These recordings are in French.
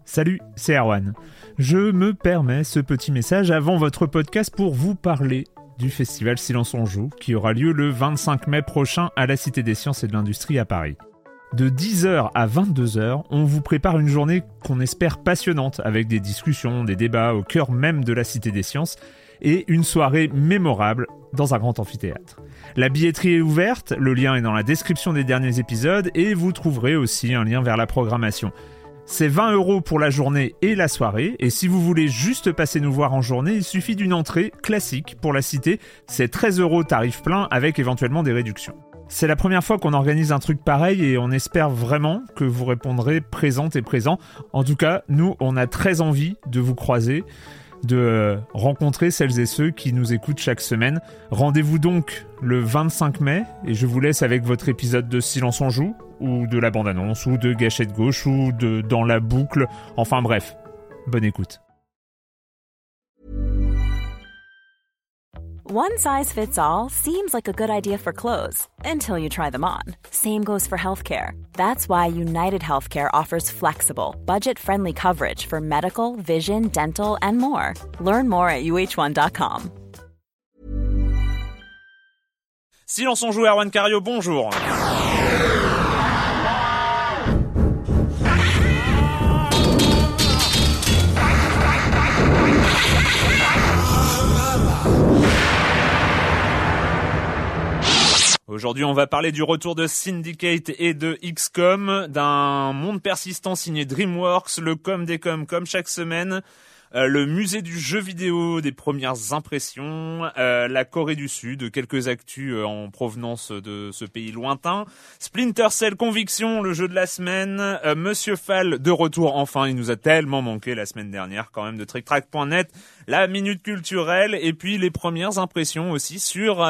Salut, c'est Erwan. Je me permets ce petit message avant votre podcast pour vous parler du festival Silence on Joue qui aura lieu le 25 mai prochain à la Cité des Sciences et de l'Industrie à Paris. De 10h à 22h, on vous prépare une journée qu'on espère passionnante avec des discussions, des débats au cœur même de la Cité des Sciences et une soirée mémorable dans un grand amphithéâtre. La billetterie est ouverte, le lien est dans la description des derniers épisodes et vous trouverez aussi un lien vers la programmation. C'est 20 € pour la journée et la soirée, et si vous voulez juste passer nous voir en journée, il suffit d'une entrée classique pour la Cité, c'est 13 € tarif plein avec éventuellement des réductions. C'est la première fois qu'on organise un truc pareil et on espère vraiment que vous répondrez présentes et présents. En tout cas, nous, on a très envie de vous croiser, de rencontrer celles et ceux qui nous écoutent chaque semaine. Rendez-vous donc le 25 mai et je vous laisse avec votre épisode de Silence on Joue, ou de la bande-annonce, ou de Gâchette Gauche, ou de Dans la boucle, enfin bref, bonne écoute. One size fits all seems like a good idea for clothes until you try them on. Same goes for healthcare. That's why United Healthcare offers flexible, budget-friendly coverage for medical, vision, dental, and more. Learn more at uh1.com. Silence on Joue, Erwan Cario, bonjour. Aujourd'hui, on va parler du retour de Syndicate et de XCOM, d'un monde persistant signé DreamWorks, le com des coms comme chaque semaine, le musée du jeu vidéo, des premières impressions, la Corée du Sud, quelques actus en provenance de ce pays lointain, Splinter Cell Conviction, le jeu de la semaine, Monsieur Fall de retour enfin, il nous a tellement manqué la semaine dernière quand même, de TrickTrack.net, la minute culturelle et puis les premières impressions aussi sur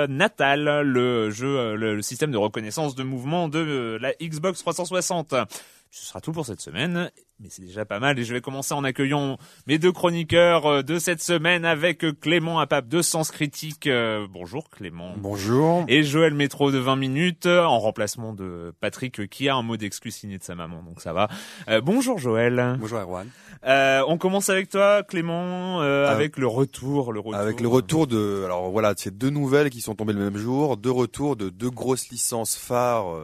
Natal, le jeu, le système de reconnaissance de mouvement de la Xbox 360. Ce sera tout pour cette semaine, mais c'est déjà pas mal et je vais commencer en accueillant mes deux chroniqueurs de cette semaine avec Clément Apap de Sens Critique. Bonjour Clément. Bonjour. Et Joël Métro de 20 minutes en remplacement de Patrick qui a un mot d'excuse signé de sa maman, donc ça va. Bonjour Joël. Bonjour Erwan. On commence avec toi Clément, avec le retour. Avec le retour de, alors voilà, c'est deux nouvelles qui sont tombées le même jour, deux retours de deux grosses licences phares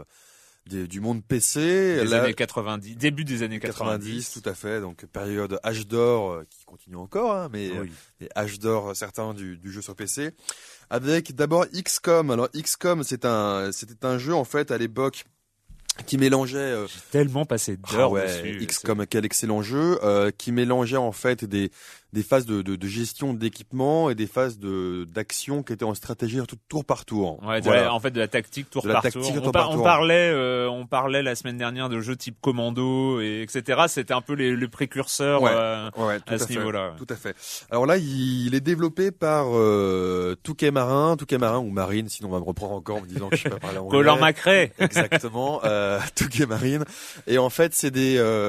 du monde PC. Années 90, début des années 90. Tout à fait, donc période âge d'or qui continue encore, hein, mais oui. Les âges d'or certains du jeu sur PC. Avec d'abord XCOM. Alors XCOM, c'était un jeu en fait à l'époque qui mélangeait J'ai tellement passé d'heures dessus. XCOM, quel excellent jeu, qui mélangeait en fait des phases de gestion d'équipement et des phases d'action qui étaient en stratégie tour par tour. Ouais, voilà. En fait de la tactique tour De la par tactique tour. tour par tour. On parlait la semaine dernière de jeux type Commando et etc. C'était un peu les précurseurs tout à ce niveau-là. Tout à fait. Alors là, il est développé par Touquet Marin ou Marine, sinon on va me reprendre encore en me disant que je sais pas parler anglais. Colin McRae. Exactement, Touquet Marine. Et en fait, c'est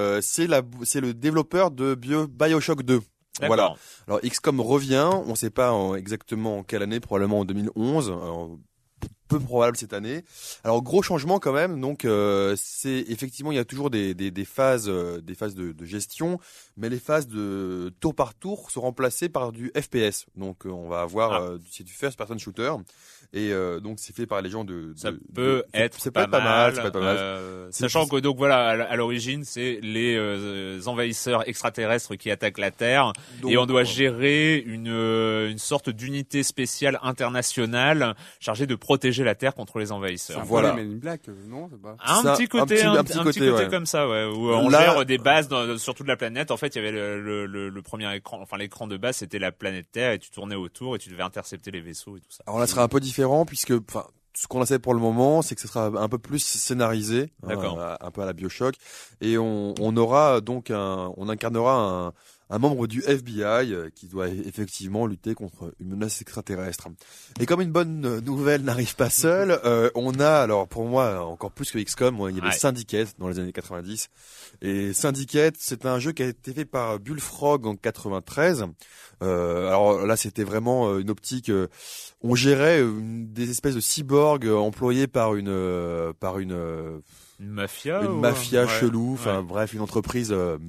le développeur de BioShock 2. D'accord. Voilà. Alors XCOM revient, on ne sait pas exactement en quelle année, probablement en 2011. Alors, peu probable cette année. Alors gros changement quand même. Donc c'est effectivement il y a toujours des phases de gestion, mais les phases de tour par tour sont remplacées par du FPS. Donc on va avoir c'est du first person shooter. Et donc c'est fait par les gens ça peut être pas mal. Sachant que donc voilà à l'origine c'est les envahisseurs extraterrestres qui attaquent la Terre donc, et on doit gérer une sorte d'unité spéciale internationale chargée de protéger la Terre contre les envahisseurs. Voilà. Men in Black, non, c'est pas. Un petit côté ouais. comme ça, ouais, où on gère des bases sur toute la planète. En fait, il y avait le premier écran, enfin l'écran de base, c'était la planète Terre et tu tournais autour et tu devais intercepter les vaisseaux et tout ça. Alors là, ce sera un peu différent puisque, ce qu'on a fait pour le moment, c'est que ce sera un peu plus scénarisé, un peu à la BioShock, et on aura donc on incarnera un membre du FBI qui doit effectivement lutter contre une menace extraterrestre. Et comme une bonne nouvelle n'arrive pas seule, on a, alors pour moi, encore plus que XCOM, il y avait Syndicate dans les années 90. Et Syndicate, c'est un jeu qui a été fait par Bullfrog en 93. Alors là, c'était vraiment une optique. On gérait des espèces de cyborgs employés par une mafia, chelou. Enfin bref, une entreprise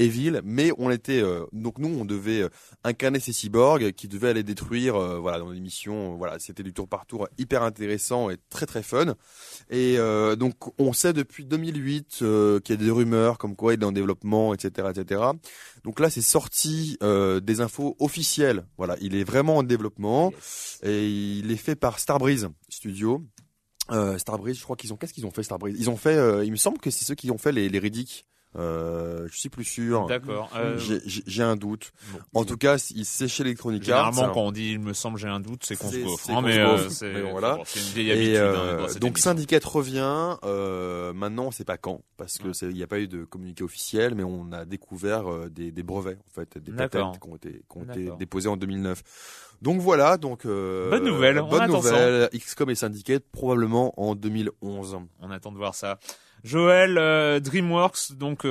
Evil, mais on était donc nous on devait incarner ces cyborgs qui devaient aller détruire voilà dans l'émission, voilà, c'était du tour par tour hyper intéressant et très très fun. Et donc on sait depuis 2008 qu'il y a des rumeurs comme quoi il est en développement, etc., etc. Donc là c'est sorti des infos officielles. Voilà, il est vraiment en développement et il est fait par Starbreeze Studio. Starbreeze, je crois qu'est-ce qu'ils ont fait Starbreeze? Ils ont fait, il me semble que c'est ceux qui ont fait les Riddick. Je suis plus sûr. D'accord. J'ai un doute. Bon. En tout cas, c'est chez Electronic Arts. Généralement, quand on dit il me semble, j'ai un doute, c'est qu'on se gaufre. C'est voilà. C'est une vieille habitude. Donc Syndicate revient. Maintenant, on sait pas quand, parce que il n'y a pas eu de communiqué officiel, mais on a découvert des brevets, en fait, des patents qui ont été déposés en 2009. Donc voilà, bonne nouvelle. Bonne nouvelle. XCOM et Syndicate probablement en 2011. On attend de voir ça. Joël, DreamWorks, donc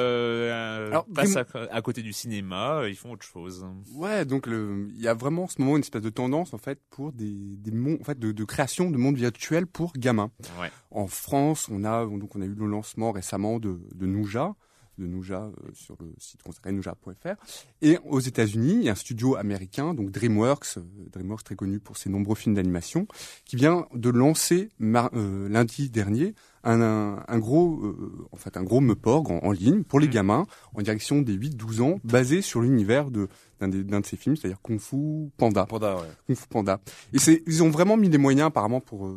passe à côté du cinéma, ils font autre chose. Ouais, donc il y a vraiment en ce moment une espèce de tendance en fait pour des mondes, en fait de création de mondes virtuels pour gamins. Ouais. En France, on a eu le lancement récemment de Nouja sur le site consacré nouja.fr, et aux États-Unis, il y a un studio américain, donc DreamWorks très connu pour ses nombreux films d'animation, qui vient de lancer lundi dernier un gros Meuporg en ligne pour les gamins en direction des 8-12 ans, basé sur l'univers d'un de ces films, c'est-à-dire Kung Fu Panda. Ouais. Kung Fu Panda. Et ils ont vraiment mis les moyens apparemment pour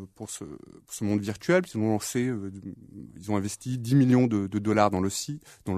ce monde virtuel. Ils ont lancé, ils ont investi 10 millions de dollars dans ce site, dans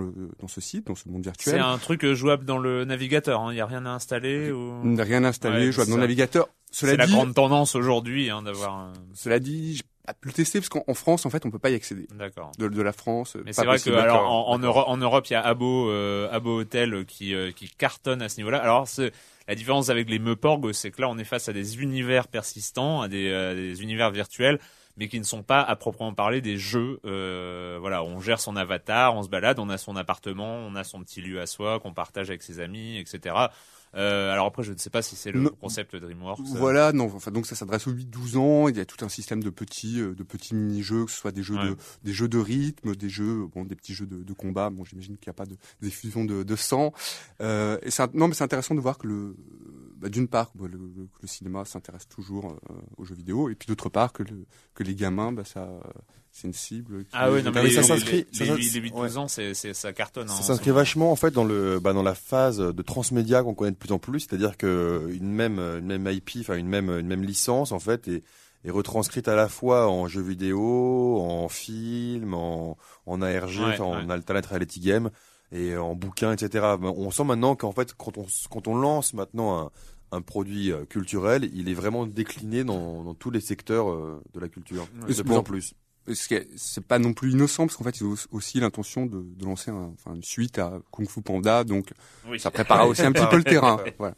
ce monde virtuel. C'est un truc jouable dans le navigateur, hein. Il y a rien à installer ou rien à installer, jouable dans le navigateur. C'est la grande tendance aujourd'hui, hein, d'avoir. Cela dit, j'ai pas pu le tester parce qu'en France, en fait, on peut pas y accéder. D'accord. De la France. Mais c'est vrai que alors en Europe, il y a Habbo Hotel qui cartonne à ce niveau-là. Alors la différence avec les Meuporg, c'est que là, on est face à des univers persistants, à des univers virtuels, mais qui ne sont pas à proprement parler des jeux. Voilà, on gère son avatar, on se balade, on a son appartement, on a son petit lieu à soi qu'on partage avec ses amis, etc. Alors après, je ne sais pas si c'est le concept DreamWorks. Voilà, non. Enfin, donc ça s'adresse aux 8-12 ans. Il y a tout un système de petits mini-jeux, que ce soit des jeux de rythme, des petits jeux de combat. Bon, j'imagine qu'il n'y a pas d'effusion de sang. Mais c'est intéressant de voir que d'une part, le cinéma s'intéresse toujours aux jeux vidéo, et puis d'autre part que les gamins, c'est une cible. Mais ça s'inscrit. Les 8-12 ans, ça cartonne. Ça s'inscrit vachement en fait dans la phase de transmédia qu'on connaît de plus en plus, c'est-à-dire que une même IP, enfin une même licence en fait est retranscrite à la fois en jeu vidéo, en film, en ARG, en alternate reality game et en bouquin, etc. On sent maintenant qu'en fait quand on lance maintenant un produit culturel, il est vraiment décliné dans tous les secteurs de la culture, de plus en plus. C'est pas non plus innocent parce qu'en fait ils ont aussi l'intention de lancer une suite à Kung Fu Panda, donc ça prépare aussi un petit peu le terrain. Voilà.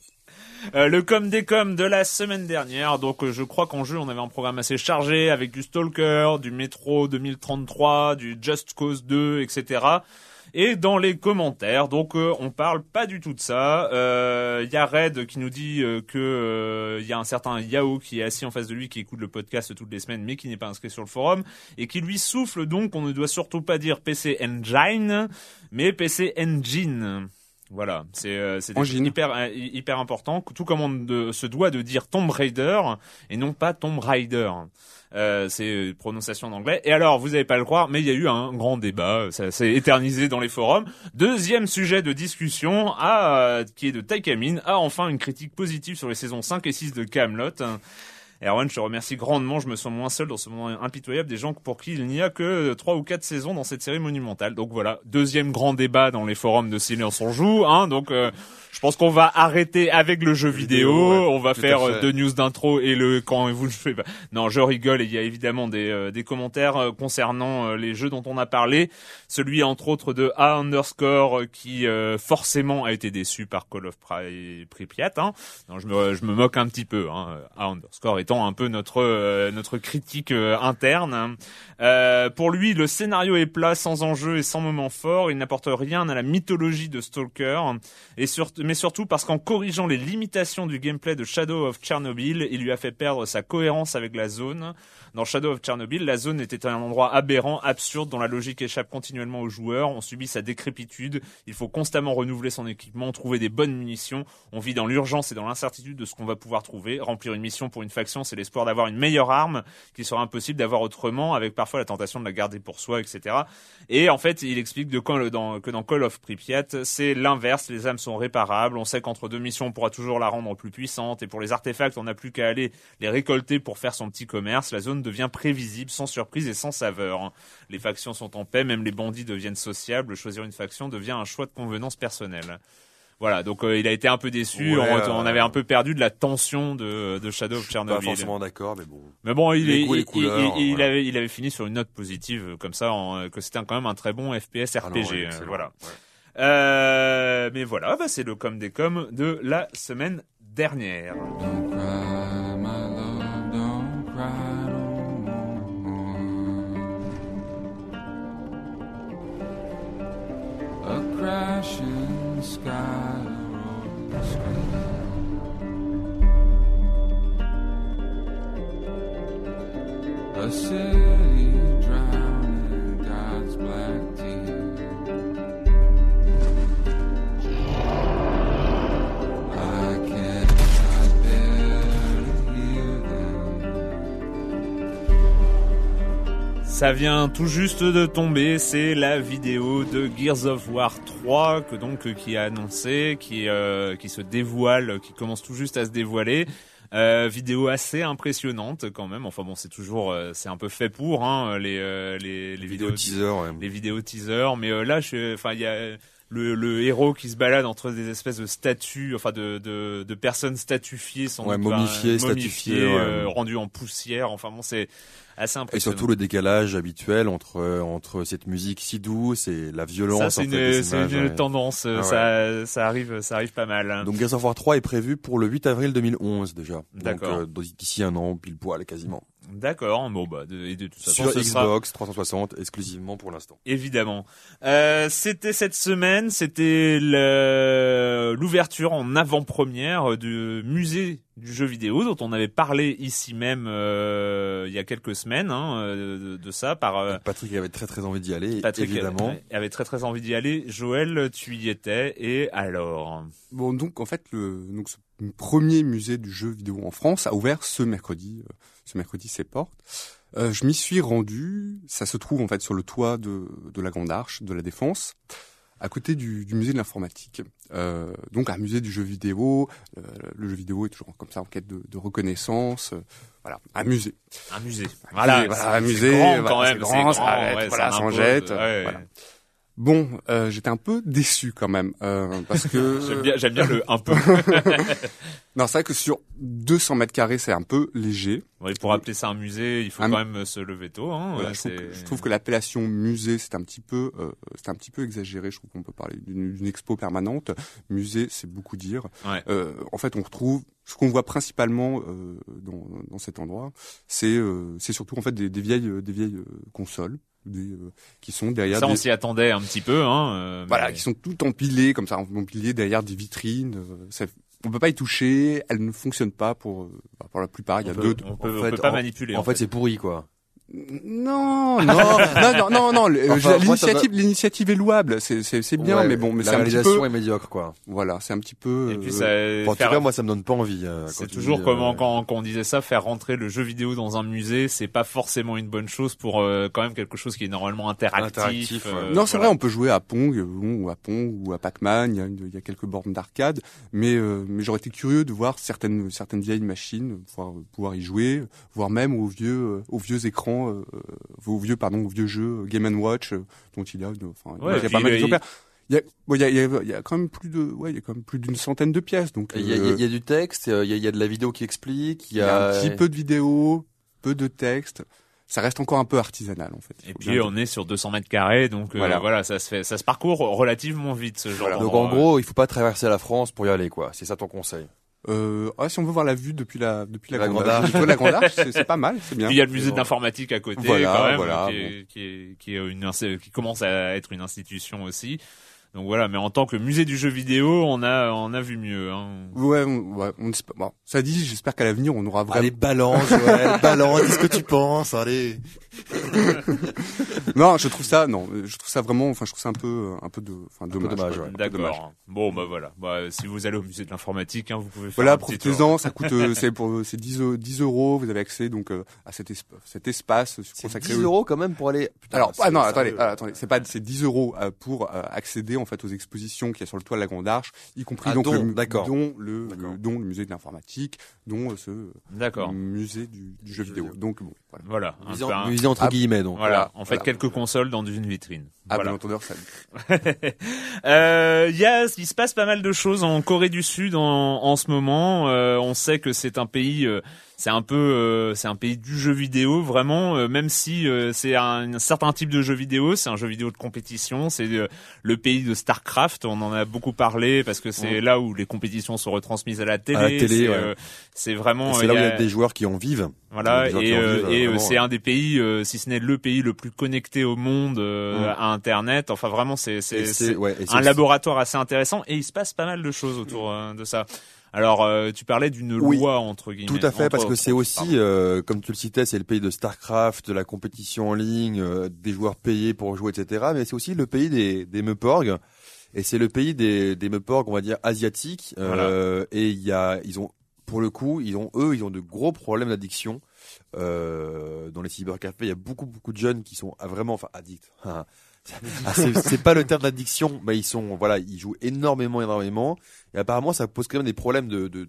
Le com des coms de la semaine dernière, donc je crois qu'en jeu on avait un programme assez chargé avec du Stalker, du Metro 2033, du Just Cause 2, etc. Et dans les commentaires, donc on parle pas du tout de ça. Y a Red qui nous dit que y a un certain Yao qui est assis en face de lui, qui écoute le podcast toutes les semaines, mais qui n'est pas inscrit sur le forum, et qui lui souffle donc qu'on ne doit surtout pas dire PC Engine, mais PC Engine. Voilà, c'est hyper important, tout comme on se doit de dire Tomb Raider et non pas Tomb Raider. C'est prononciation en anglais. Et alors, vous n'allez pas le croire, mais il y a eu un grand débat, ça s'est éternisé dans les forums. Deuxième sujet de discussion, qui est de Taikamin, a enfin une critique positive sur les saisons 5 et 6 de Kaamelott. Erwan, je te remercie grandement, je me sens moins seul dans ce moment impitoyable des gens pour qui il n'y a que 3 ou 4 saisons dans cette série monumentale. Donc voilà, deuxième grand débat dans les forums de Silence on Joue, hein, donc je pense qu'on va arrêter avec le jeu vidéo, on va faire 2 news d'intro et quand vous le faites. Non, je rigole, et il y a évidemment des commentaires concernant les jeux dont on a parlé. Celui entre autres de A_ qui forcément a été déçu par Call of Pripyat, hein. Non, je me moque un petit peu, hein. A_ étant écoutant un peu notre critique interne. Pour lui, le scénario est plat, sans enjeu et sans moment fort. Il n'apporte rien à la mythologie de Stalker, mais surtout parce qu'en corrigeant les limitations du gameplay de Shadow of Chernobyl, il lui a fait perdre sa cohérence avec la zone. Dans Shadow of Chernobyl, la zone était un endroit aberrant, absurde, dont la logique échappe continuellement aux joueurs. On subit sa décrépitude. Il faut constamment renouveler son équipement, trouver des bonnes munitions. On vit dans l'urgence et dans l'incertitude de ce qu'on va pouvoir trouver. Remplir une mission pour une faction, c'est l'espoir d'avoir une meilleure arme qui sera impossible d'avoir autrement, avec parfois la tentation de la garder pour soi, etc. Et en fait, il explique que dans Call of Pripyat, c'est l'inverse. Les âmes sont réparables. On sait qu'entre deux missions, on pourra toujours la rendre plus puissante. Et pour les artefacts, on n'a plus qu'à aller les récolter pour faire son petit commerce. La zone devient prévisible, sans surprise et sans saveur. Les factions sont en paix, même les bandits deviennent sociables. Choisir une faction devient un choix de convenance personnelle. Voilà, donc il a été un peu déçu. Ouais, on avait un peu perdu de la tension de Shadow of Chernobyl. Pas forcément d'accord, mais bon. Mais bon, il couleurs, avait fini sur une note positive, comme ça, que c'était quand même un très bon FPS RPG. Voilà. Ouais. Mais voilà, c'est le com des coms de la semaine dernière. Don't cry, my love, don't cry no more. A crashing sky, a rolling screen. A city drowning in God's black tea. I cannot bear to hear them. Ça vient tout juste de tomber, c'est la vidéo de Gears of War 3 qui a annoncé, qui se dévoile, qui commence tout juste à se dévoiler. Vidéo assez impressionnante quand même. Enfin bon, c'est toujours, c'est un peu fait pour les vidéos teaser, ouais. Les vidéos teaser. Mais là, il y a le héros qui se balade entre des espèces de statues, enfin de personnes statufiées, momifiées, rendues en poussière. Enfin bon, c'est assez impressionnant. Et surtout le décalage habituel entre cette musique si douce et la violence. Ça, c'est une tendance. Ça arrive pas mal. Donc Gears of War 3 est prévu pour le 8 avril 2011 déjà. D'accord. Donc d'ici un an, pile poil quasiment. D'accord. Bon de toute façon, sur Xbox 360 exclusivement pour l'instant. Évidemment. C'était cette semaine, c'était l'ouverture en avant-première du musée du jeu vidéo dont on avait parlé ici même il y a quelques semaines de ça par Patrick avait très très envie d'y aller. Patrick évidemment avait très très envie d'y aller. Joël, tu y étais, et alors? Bon, donc en fait ce premier musée du jeu vidéo en France a ouvert ce mercredi ses portes. Je m'y suis rendu. Ça se trouve en fait sur le toit de la Grande Arche de la Défense, à côté du musée de l'informatique. Donc un musée du jeu vidéo. Le jeu vidéo est toujours comme ça en quête de reconnaissance. Voilà, un musée. Voilà, un musée. C'est grand, voilà, quand même. C'est grand, ça arrête, ouais, voilà, ça s'en impose, jette. Ouais. Voilà. Bon, j'étais un peu déçu quand même, parce que j'aime bien le un peu. Non, c'est vrai que sur 200 mètres carrés, c'est un peu léger. Oui, pour appeler ça un musée, il faut quand même se lever tôt. Voilà, je trouve que l'appellation musée, c'est un petit peu exagéré. Je trouve qu'on peut parler d'une expo permanente. Musée, c'est beaucoup dire. Ouais. En fait, on retrouve ce qu'on voit principalement dans cet endroit, c'est surtout en fait des vieilles consoles. Qui sont derrière on s'y attendait un petit peu voilà, qui sont tout empilées comme ça, empilées derrière des vitrines. On peut pas y toucher, elles ne fonctionnent pas pour la plupart. Il y a on peut pas manipuler. En fait, c'est pourri quoi. Non. L'initiative est louable, c'est bien, ouais, mais bon, mais la c'est un petit peu. La réalisation est médiocre, quoi. Voilà, c'est un petit peu. Et puis en tout cas, moi, ça me donne pas envie. C'est toujours quand on disait ça, faire rentrer le jeu vidéo dans un musée, c'est pas forcément une bonne chose pour quand même quelque chose qui est normalement interactif. Non, c'est vrai, on peut jouer à Pong, ou à Pac-Man. Il y a quelques bornes d'arcade, mais j'aurais été curieux de voir certaines vieilles machines, pouvoir y jouer, voire même aux vieux écrans. Aux vieux jeux Game & Watch dont il y a pas mal d'exemplaires. Il y a quand même plus d'une centaine de pièces. Donc il y a du texte, il y a de la vidéo qui explique, il y a un petit peu de vidéo, peu de texte. Ça reste encore un peu artisanal en fait. Et puis on est sur 200 mètres carrés, donc voilà, ça se parcourt relativement vite ce genre d'endroit. Donc en gros, il faut pas traverser la France pour y aller, quoi. C'est ça ton conseil? Si on veut voir la vue depuis la Grande Arche. la Grande Arche, c'est pas mal, c'est bien. Puis il y a le musée de l'informatique à côté, Voilà, quand même, voilà, qui commence à être une institution aussi. Donc voilà, mais en tant que musée du jeu vidéo, on a vu mieux. Hein. Ouais, bon, ça dit, j'espère qu'à l'avenir, on aura vraiment... Allez, balance, Joël, balance, dis ce que tu penses, allez. Non, je trouve ça vraiment, enfin, je trouve ça un peu dommage. Ouais. D'accord. Bon, bah voilà. Bah, si vous allez au musée de l'informatique, hein, vous pouvez faire Voilà, un petit tour. profitez-en, ça coûte, c'est 10 euros, vous avez accès, donc, à cet espace C'est consacré 10 euros quand même pour aller... Putain, Alors, c'est- non, c'est- attendez, c'est 10 euros pour accéder en fait aux expositions qu'il y a sur le toit de la Grande Arche, y compris Ah, donc dont le musée de l'informatique, dont ce D'accord. musée du jeu vidéo. Donc bon, voilà. Voilà. Un Musée, peu un- musée entre guillemets, donc. Voilà. En fait, Voilà. quelques consoles dans une vitrine. Ah, Voilà. bien entendu, ça. Il se passe pas mal de choses en Corée du Sud en ce moment. On sait que c'est un pays, c'est un pays du jeu vidéo vraiment. Même si c'est un certain type de jeu vidéo, c'est un jeu vidéo de compétition. C'est le pays de Starcraft. On en a beaucoup parlé parce que c'est là où les compétitions sont retransmises à la télé. À la télé, c'est vraiment. C'est là où il y a des joueurs qui en vivent. Voilà, Des gens qui en vivent, vraiment, c'est un des pays, si ce n'est le pays le plus connecté au monde à Internet. Enfin, vraiment, c'est un laboratoire assez intéressant et il se passe pas mal de choses autour de ça. Alors, tu parlais d'une loi entre guillemets. Tout à fait, parce que c'est aussi, comme tu le citais, c'est le pays de Starcraft, de la compétition en ligne, des joueurs payés pour jouer, etc. Mais c'est aussi le pays des Meuporg. Et c'est le pays des Meuporg, on va dire, asiatiques. Voilà. Et ils ont, pour le coup, ils ont de gros problèmes d'addiction. Dans les cybercafés, il y a beaucoup de jeunes qui sont vraiment, addicts. C'est pas le terme d'addiction, mais ils jouent énormément. Et apparemment, ça pose quand même des problèmes de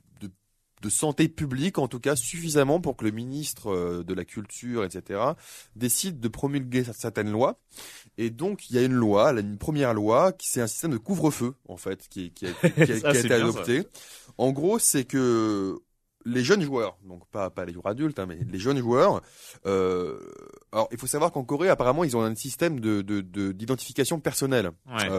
santé publique, en tout cas suffisamment pour que le ministre de la Culture, etc., décide de promulguer certaines lois. Et donc, il y a une première loi, c'est un système de couvre-feu, en fait, qui a été adopté. En gros, c'est que les jeunes joueurs, donc pas les joueurs adultes, mais les jeunes joueurs. Alors, il faut savoir qu'en Corée, apparemment, ils ont un système d'identification personnelle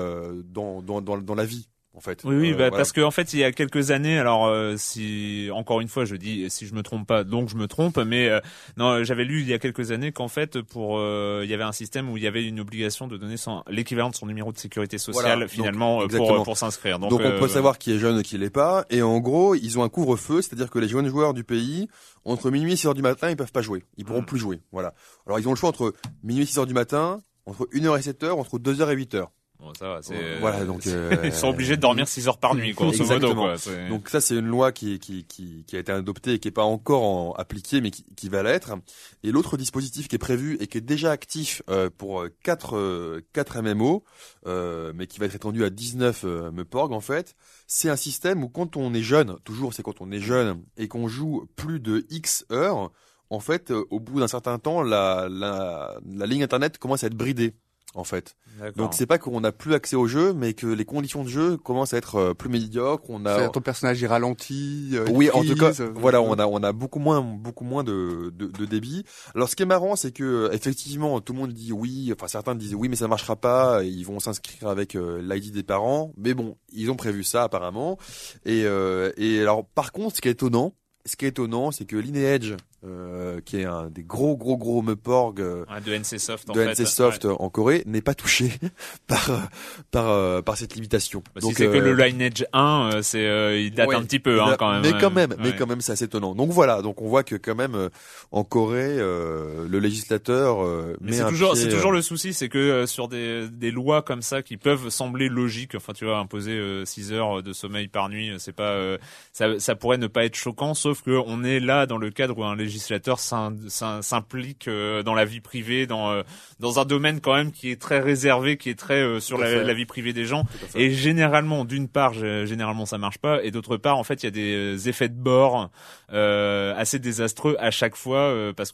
dans la vie. En fait. Oui, parce que en fait, il y a quelques années, alors si encore une fois, je dis si je me trompe pas, donc je me trompe, mais non, j'avais lu il y a quelques années qu'en fait, il y avait un système où il y avait une obligation de donner l'équivalent de son numéro de sécurité sociale finalement pour s'inscrire. Donc on peut savoir qui est jeune et qui l'est pas. Et en gros, ils ont un couvre-feu, c'est-à-dire que les jeunes joueurs du pays, entre minuit et 6 heures du matin, ils peuvent pas jouer, ils pourront plus jouer. Voilà. Alors ils ont le choix entre minuit et 6 heures du matin, entre 1h et 7h, entre 2h et 8h. Bon, ça va, voilà, donc ils sont obligés de dormir 6 heures par nuit, quoi. Exactement. Donc ça, c'est une loi qui a été adoptée et qui est pas encore appliquée, mais qui va l'être. Et l'autre dispositif qui est prévu et qui est déjà actif pour 4 MMO, mais qui va être étendu à 19 Meuporg en fait, c'est un système où quand on est jeune, c'est quand on est jeune et qu'on joue plus de X heures, en fait, au bout d'un certain temps, la ligne internet commence à être bridée. En fait. Donc c'est pas qu'on n'a plus accès au jeu, mais que les conditions de jeu commencent à être plus médiocres. Ton personnage est ralenti. Oui, en tout cas, voilà, on a beaucoup moins de débit. Alors ce qui est marrant, c'est que effectivement, tout le monde dit oui. Enfin, certains disent oui, mais ça marchera pas. Ils vont s'inscrire avec l'ID des parents. Mais bon, ils ont prévu ça apparemment. Et alors, par contre, ce qui est étonnant, c'est que Lineage, qui est un des gros Meuporg de NCSoft en Corée, n'est pas touché par cette limitation. Donc si c'est que le Lineage 1, il date un petit peu quand même. Mais quand même c'est assez étonnant. Donc voilà, donc on voit que quand même en Corée le législateur mais c'est toujours le souci, c'est que sur des lois comme ça qui peuvent sembler logiques, enfin tu vois, imposer 6 heures de sommeil par nuit, c'est pas ça pourrait ne pas être choquant, sauf que on est là dans le cadre où un législateur s'implique dans la vie privée, dans un domaine quand même qui est très réservé, qui est très sur la vie privée des gens. Et généralement, d'une part, ça marche pas, et d'autre part, en fait, il y a des effets de bord assez désastreux à chaque fois, parce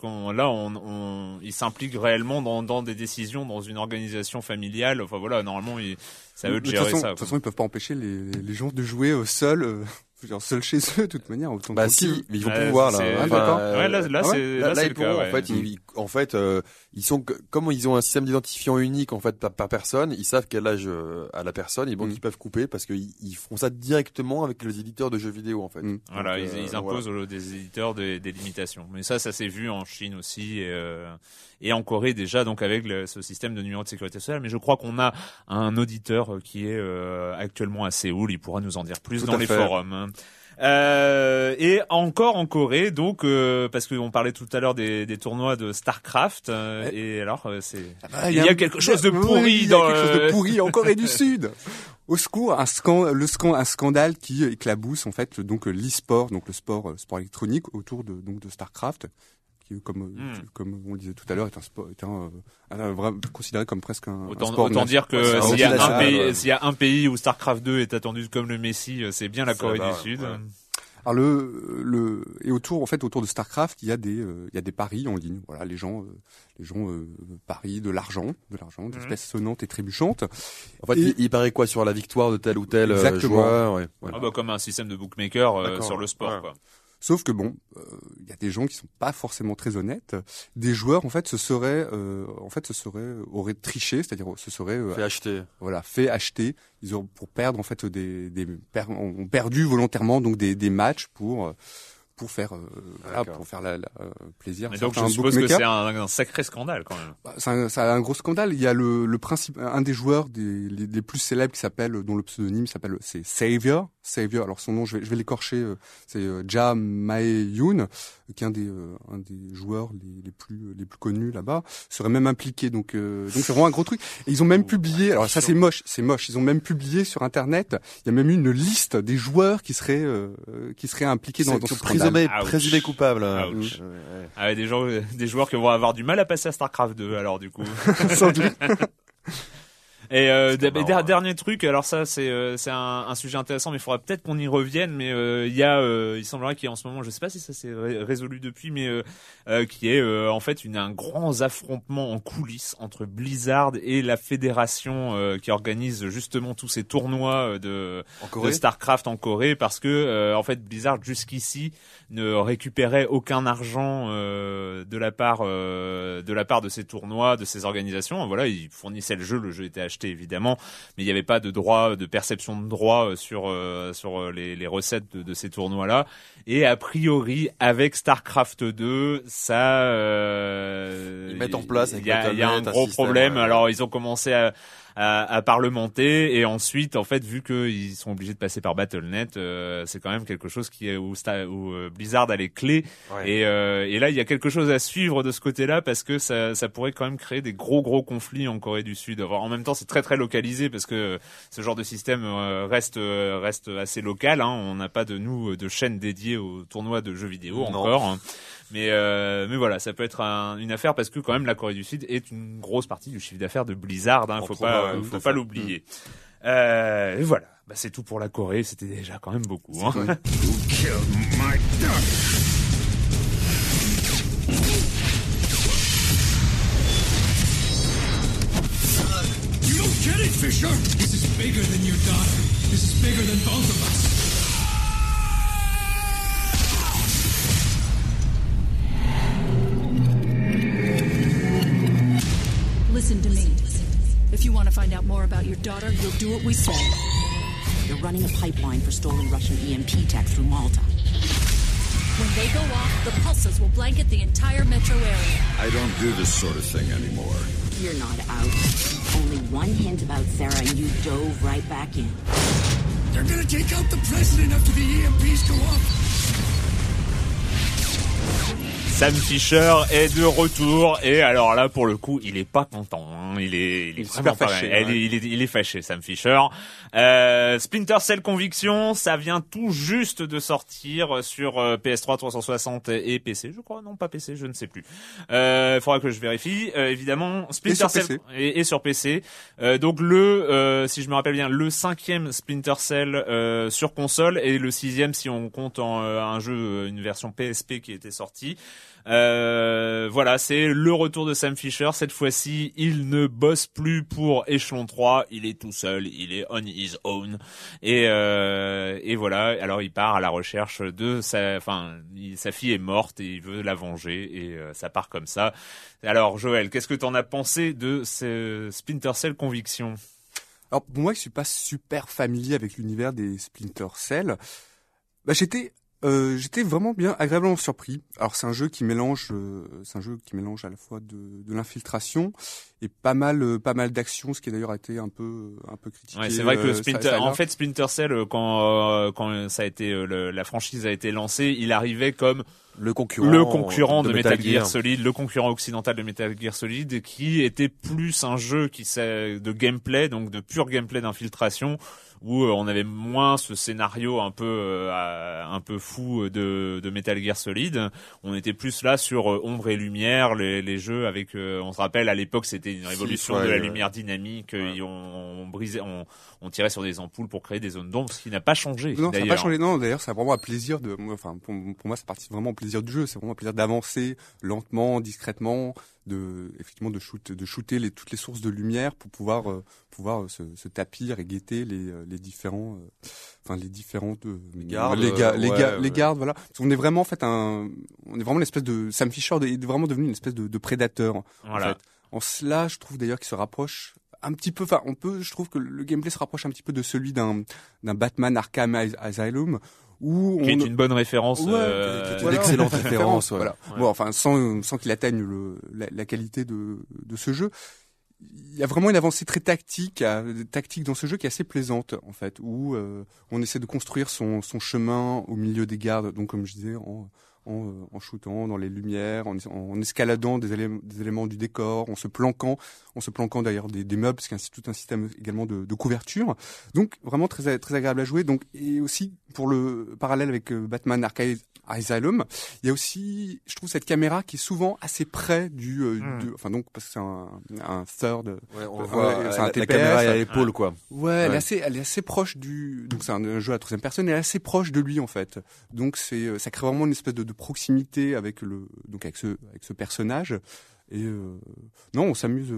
il s'implique réellement dans des décisions, dans une organisation familiale. Enfin voilà, normalement, c'est à eux de gérer ça. De toute façon, ils peuvent pas empêcher les gens de jouer seuls. Seuls chez eux, de toute manière. Autant Bah si, ils vont pouvoir là. Là, ils pourront. En fait, ils sont comme ils ont un système d'identifiant unique en fait par personne. Ils savent quel âge a la personne et donc ils peuvent couper parce qu'ils font ça directement avec les éditeurs de jeux vidéo en fait. Voilà, donc, ils imposent des éditeurs des limitations. Mais ça s'est vu en Chine aussi et en Corée déjà, donc avec ce système de numéro de sécurité sociale. Mais je crois qu'on a un auditeur qui est actuellement à Séoul. Il pourra nous en dire plus dans les forums. Et encore en Corée, donc parce qu'on parlait tout à l'heure des tournois de Starcraft, et alors il y a quelque chose de pourri en Corée du Sud. Au secours, un scandale qui éclabousse en fait donc l'e-sport, donc le sport électronique autour de Starcraft, qui comme on le disait tout à l'heure est considéré comme presque un sport. Autant dire que s'il y a un pays où Starcraft 2 est attendu comme le Messie, c'est bien la Corée du Sud. Ouais. Alors et autour de Starcraft, il y a des paris en ligne. Voilà, les gens parient de l'argent, d'espèces sonnantes et trébuchantes. En fait, il paraît quoi sur la victoire de tel ou tel joueur, ouais. Comme un système de bookmaker sur le sport, quoi. Sauf que il y a des gens qui sont pas forcément très honnêtes. Des joueurs auraient triché, c'est-à-dire se seraient fait acheter. Voilà, fait acheter. Ils ont pour perdre en fait ont perdu volontairement donc des matchs pour faire plaisir. Mais donc je suppose que c'est un sacré scandale quand même. C'est un gros scandale. Il y a le principe, un des joueurs les plus célèbres dont le pseudonyme c'est Savior. Alors son nom, je vais l'écorcher, c'est Ja Mae-yoon, qui est un des joueurs les plus connus là-bas, serait même impliqué. Donc c'est vraiment un gros truc. Et ils ont même publié, alors ça c'est moche. Ils ont même publié sur internet, il y a même une liste des joueurs qui seraient impliqués dans ce scandale. Présumé coupable. Des joueurs qui vont avoir du mal à passer à Starcraft 2 alors du coup. Sans doute. Et dernier truc, alors ça c'est un sujet intéressant, mais il faudra peut-être qu'on y revienne. Mais il semblerait qu'il y ait en ce moment, je sais pas si ça s'est résolu depuis, mais qui est en fait un grand affrontement en coulisses entre Blizzard et la fédération qui organise justement tous ces tournois de Starcraft en Corée, parce que en fait Blizzard jusqu'ici ne récupérait aucun argent de la part de ces tournois, de ces organisations. Voilà, ils fournissaient le jeu était acheté évidemment, mais il n'y avait pas de perception de droit sur les recettes de ces tournois-là. Et a priori, avec Starcraft 2, ça, ils mettent en place. Il y a un gros problème. Alors ils ont commencé à parlementer, et ensuite en fait vu qu'ils sont obligés de passer par Battle.net, c'est quand même quelque chose où Blizzard a les clés, et là il y a quelque chose à suivre de ce côté-là, parce que ça pourrait quand même créer des gros conflits en Corée du Sud. Alors, en même temps c'est très très localisé, parce que ce genre de système reste assez local, hein. On n'a pas de chaîne dédiée aux tournois de jeux vidéo encore, hein. Mais voilà, ça peut être une affaire, parce que quand même la Corée du Sud est une grosse partie du chiffre d'affaires de Blizzard, hein. Faut pas l'oublier. Et voilà, c'est tout pour la Corée, c'était déjà quand même beaucoup, hein. You don't get it, Fisher. This is bigger than your daughter. This is bigger than both of us. Listen to me. If you want to find out more about your daughter, you'll do what we say. You're running a pipeline for stolen Russian EMP tech through Malta. When they go off, the pulses will blanket the entire metro area. I don't do this sort of thing anymore. You're not out. Only one hint about Sarah and you dove right back in. They're gonna take out the president after the EMPs go off. Sam Fisher est de retour, et alors là pour le coup il est pas content, hein. Il est vraiment super fâché, il est fâché, Sam Fisher. Splinter Cell Conviction, ça vient tout juste de sortir sur PS3 360 et PC, je crois. Non, pas PC, je ne sais plus. Faudra que je vérifie. Évidemment, Splinter Cell et sur PC. Donc si je me rappelle bien, le 5e Splinter Cell sur console, et le 6e si on compte un jeu, une version PSP qui était sortie sorti. Voilà, c'est le retour de Sam Fisher. Cette fois-ci, il ne bosse plus pour Echelon 3. Il est tout seul. Il est on his own. Et voilà. Alors, il part à la recherche de sa fille est morte et il veut la venger. Et ça part comme ça. Alors, Joël, qu'est-ce que t'en as pensé de ce Splinter Cell Conviction? Alors, pour moi, je suis pas super familier avec l'univers des Splinter Cell. J'étais vraiment bien agréablement surpris. Alors c'est un jeu qui mélange à la fois de l'infiltration et pas mal d'action, ce qui a d'ailleurs été un peu critiqué. Ouais, c'est vrai que Splinter Cell quand ça a été la franchise a été lancée, il arrivait comme le concurrent de Metal Gear Solid, le concurrent occidental de Metal Gear Solid, qui était plus un jeu de gameplay, donc de pur gameplay d'infiltration, où on avait moins ce scénario un peu fou de Metal Gear Solid. On était plus là sur ombre et lumière, les jeux avec on se rappelle à l'époque c'était une révolution de la lumière dynamique, et on tirait sur des ampoules pour créer des zones d'ombre, ce qui n'a pas changé. Non, ça n'a pas changé. Non, d'ailleurs, c'est vraiment un plaisir pour moi, c'est parti vraiment au plaisir du jeu. C'est vraiment un plaisir d'avancer lentement, discrètement, de shooter toutes les sources de lumière pour pouvoir se tapir et guetter les différentes gardes, voilà. Parce qu'on est vraiment une espèce de Sam Fisher est vraiment devenu une espèce de prédateur. Voilà. En fait. En cela, je trouve d'ailleurs qu'il se rapproche un petit peu, je trouve que le gameplay se rapproche un petit peu de celui d'un Batman Arkham Asylum, qui est une bonne référence, une excellente référence. Voilà. Ouais. Bon, enfin, sans qu'il atteigne la qualité de ce jeu, il y a vraiment une avancée très tactique dans ce jeu qui est assez plaisante en fait, où on essaie de construire son chemin au milieu des gardes, donc comme je disais, en shootant dans les lumières, en escaladant des éléments du décor, en se planquant derrière des meubles, parce qu'il y a tout un système également de couverture. Donc vraiment très très agréable à jouer. Donc, et aussi pour le parallèle avec Batman Arkham Asylum, il y a aussi, je trouve, cette caméra qui est souvent assez près donc parce que c'est un third. Ouais, on voit la caméra est à l'épaule, quoi. Ouais, elle est assez proche donc c'est un jeu à troisième personne, elle est assez proche de lui en fait. Donc ça crée vraiment une espèce de proximité avec ce personnage. Et non, on s'amuse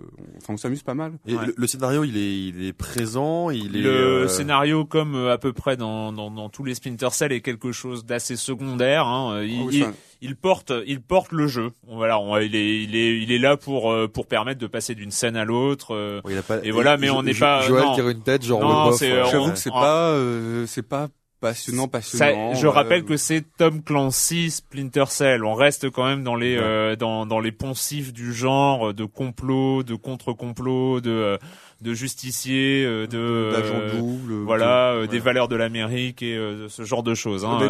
pas mal. Et le scénario, il est présent, le scénario, comme à peu près dans tous les Splinter Cell, est quelque chose d'assez secondaire. Hein. Il porte le jeu. Voilà, il est là pour permettre de passer d'une scène à l'autre. Et voilà, mais on n'est pas. Joël tire une tête, genre. Non, j'avoue que c'est pas passionnant. Je rappelle que c'est Tom Clancy Splinter Cell. On reste quand même dans les poncifs du genre de complot, de contre-complot, de justiciers, d'agents doubles, des valeurs de l'Amérique et ce genre de choses. Hein.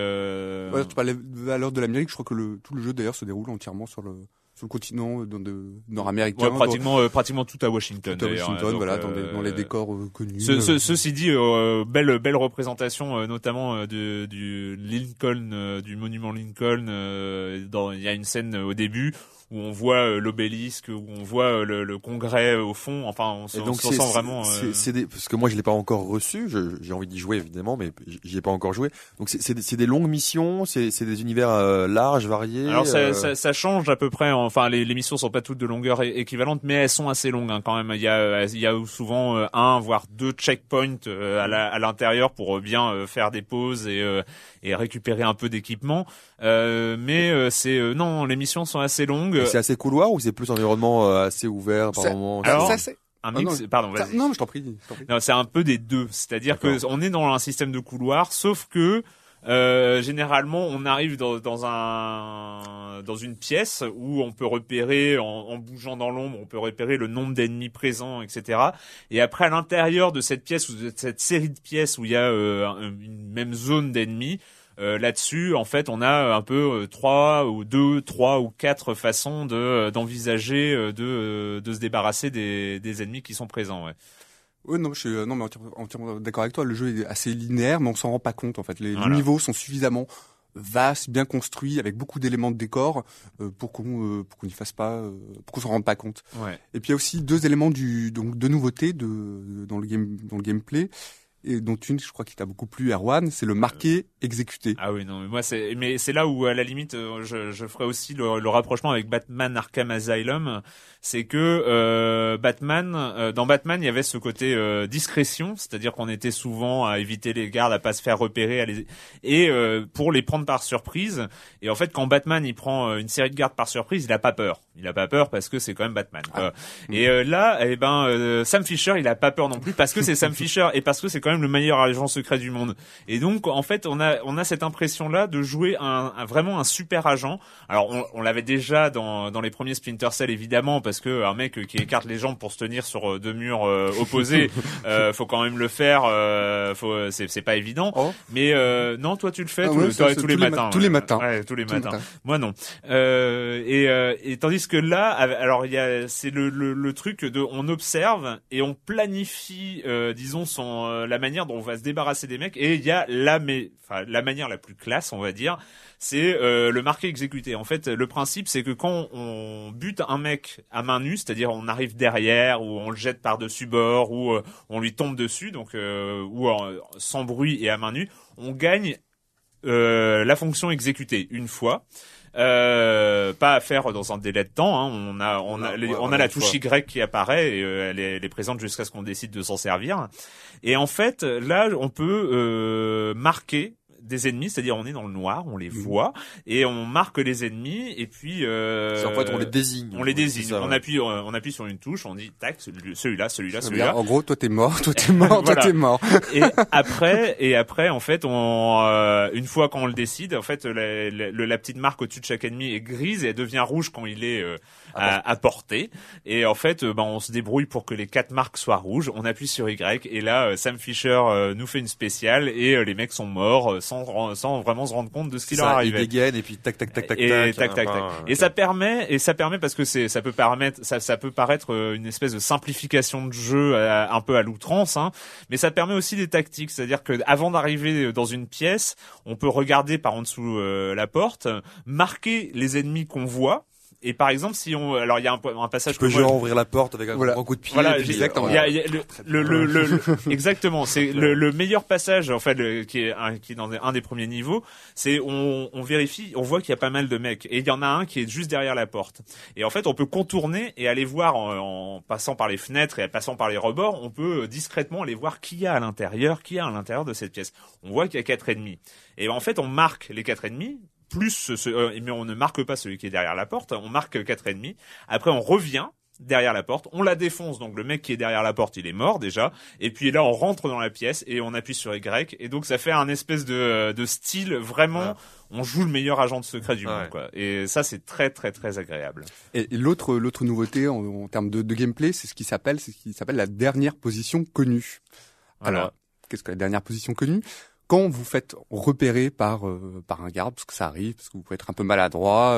Tu parlais des valeurs de l'Amérique. Je crois que tout le jeu d'ailleurs se déroule entièrement sur le continent nord-américain. Ouais, pratiquement tout à Washington. Voilà, dans les décors connus. Ceci dit, belle représentation, notamment du Lincoln, du monument Lincoln. Il y a une scène au début où on voit l'obélisque, où on voit le congrès au fond. Enfin, on se sent vraiment. Parce que moi je l'ai pas encore reçu. J'ai envie d'y jouer évidemment, mais j'y ai pas encore joué. Donc c'est des longues missions, c'est des univers larges, variés. Alors ça change à peu près. Enfin, les missions sont pas toutes de longueur équivalente, mais elles sont assez longues quand même. Il y a souvent un voire deux checkpoints à l'intérieur pour bien faire des pauses et récupérer un peu d'équipement. Mais non, les missions sont assez longues. C'est assez couloir ou c'est plus environnement assez ouvert par moment? Alors, un mix, pardon, vas-y. Non, mais je t'en prie. Non, c'est un peu des deux. C'est-à-dire que on est dans un système de couloir, sauf que généralement on arrive dans une pièce où on peut repérer en bougeant dans l'ombre, on peut repérer le nombre d'ennemis présents, etc. Et après à l'intérieur de cette pièce ou de cette série de pièces où il y a une même zone d'ennemis, là-dessus, en fait, on a un peu 3 ou 4 façons d'envisager de se débarrasser des ennemis qui sont présents. Ouais. Ouais, non, mais entièrement d'accord avec toi. Le jeu est assez linéaire, mais on s'en rend pas compte en fait. Les niveaux sont suffisamment vastes, bien construits, avec beaucoup d'éléments de décor pour qu'on n'y fasse pas, pour qu'on s'en rende pas compte. Ouais. Et puis il y a aussi deux éléments de nouveauté dans le gameplay. et dont une, je crois, qui t'a beaucoup plu, Erwan, c'est le marqué exécuté. Ah oui, non, mais moi c'est là où à la limite je ferai aussi le rapprochement avec Batman Arkham Asylum, c'est que dans Batman il y avait ce côté discrétion, c'est-à-dire qu'on était souvent à éviter les gardes, à pas se faire repérer, pour les prendre par surprise. Et en fait, quand Batman il prend une série de gardes par surprise, il a pas peur. Il a pas peur parce que c'est quand même Batman. Et là, Sam Fisher, il a pas peur non plus parce que c'est Sam Fisher et parce que c'est quand même le meilleur agent secret du monde. Et donc, en fait, on a cette impression-là de jouer vraiment un super agent. Alors, on l'avait déjà dans les premiers Splinter Cell, évidemment, parce que un mec qui écarte les jambes pour se tenir sur deux murs opposés, faut quand même le faire. C'est pas évident. Oh. Mais non, toi, tu le fais tous les matins. Tous les matins. Ouais, tous les matins. Moi, non. Et tandis que là, alors c'est le truc on observe et on planifie, disons la manière dont on va se débarrasser des mecs. Et il y a la manière la plus classe, on va dire, c'est le marqué exécuté. En fait, le principe, c'est que quand on bute un mec à main nue, c'est-à-dire on arrive derrière ou on le jette par-dessus bord ou on lui tombe dessus, donc sans bruit et à main nue, on gagne la fonction exécutée une fois. Pas à faire dans un délai de temps, hein. On a la touche Y qui apparaît et elle est présente jusqu'à ce qu'on décide de s'en servir. Et en fait, là, on peut marquer des ennemis, c'est-à-dire on est dans le noir, on les voit et on marque les ennemis et puis en fait on les désigne. Ça, on appuie sur une touche, on dit tac, celui-là. En gros, toi t'es mort, voilà. Toi t'es mort. Et après en fait une fois qu'on le décide, en fait la petite marque au-dessus de chaque ennemi est grise et elle devient rouge quand il est à portée. Et en fait on se débrouille pour que les 4 marques soient rouges, on appuie sur Y et là Sam Fisher nous fait une spéciale et les mecs sont morts sans vraiment se rendre compte de ce qui leur arrivait. Ils dégainent et puis tac. Et ça permet parce que ça peut paraître une espèce de simplification de jeu un peu à l'outrance, hein, mais ça permet aussi des tactiques, c'est-à-dire que avant d'arriver dans une pièce, on peut regarder par en dessous la porte, marquer les ennemis qu'on voit. Et par exemple, alors il y a un passage. Tu peux genre ouvrir la porte avec un grand coup de pied. Voilà, exactement. Exactement. C'est le meilleur passage en fait, qui est dans un des premiers niveaux. C'est on vérifie, on voit qu'il y a pas mal de mecs et il y en a un qui est juste derrière la porte. Et en fait, on peut contourner et aller voir en passant par les fenêtres et en passant par les rebords, on peut discrètement aller voir qui y a à l'intérieur de cette pièce. On voit qu'il y a 4 ennemis. Et en fait, on marque les 4 ennemis. Mais on ne marque pas celui qui est derrière la porte, on marque 4 ennemis. Après, on revient derrière la porte, on la défonce, donc le mec qui est derrière la porte, il est mort déjà. Et puis là, on rentre dans la pièce et on appuie sur Y. Et donc, ça fait un espèce de style vraiment. On joue le meilleur agent de secret du monde, quoi. Et ça, c'est très, très, très agréable. Et l'autre nouveauté en termes de gameplay, c'est ce qui s'appelle la dernière position connue. Voilà. Alors, qu'est-ce que la dernière position connue? Quand vous faites repérer par un garde, parce que ça arrive, parce que vous pouvez être un peu maladroit,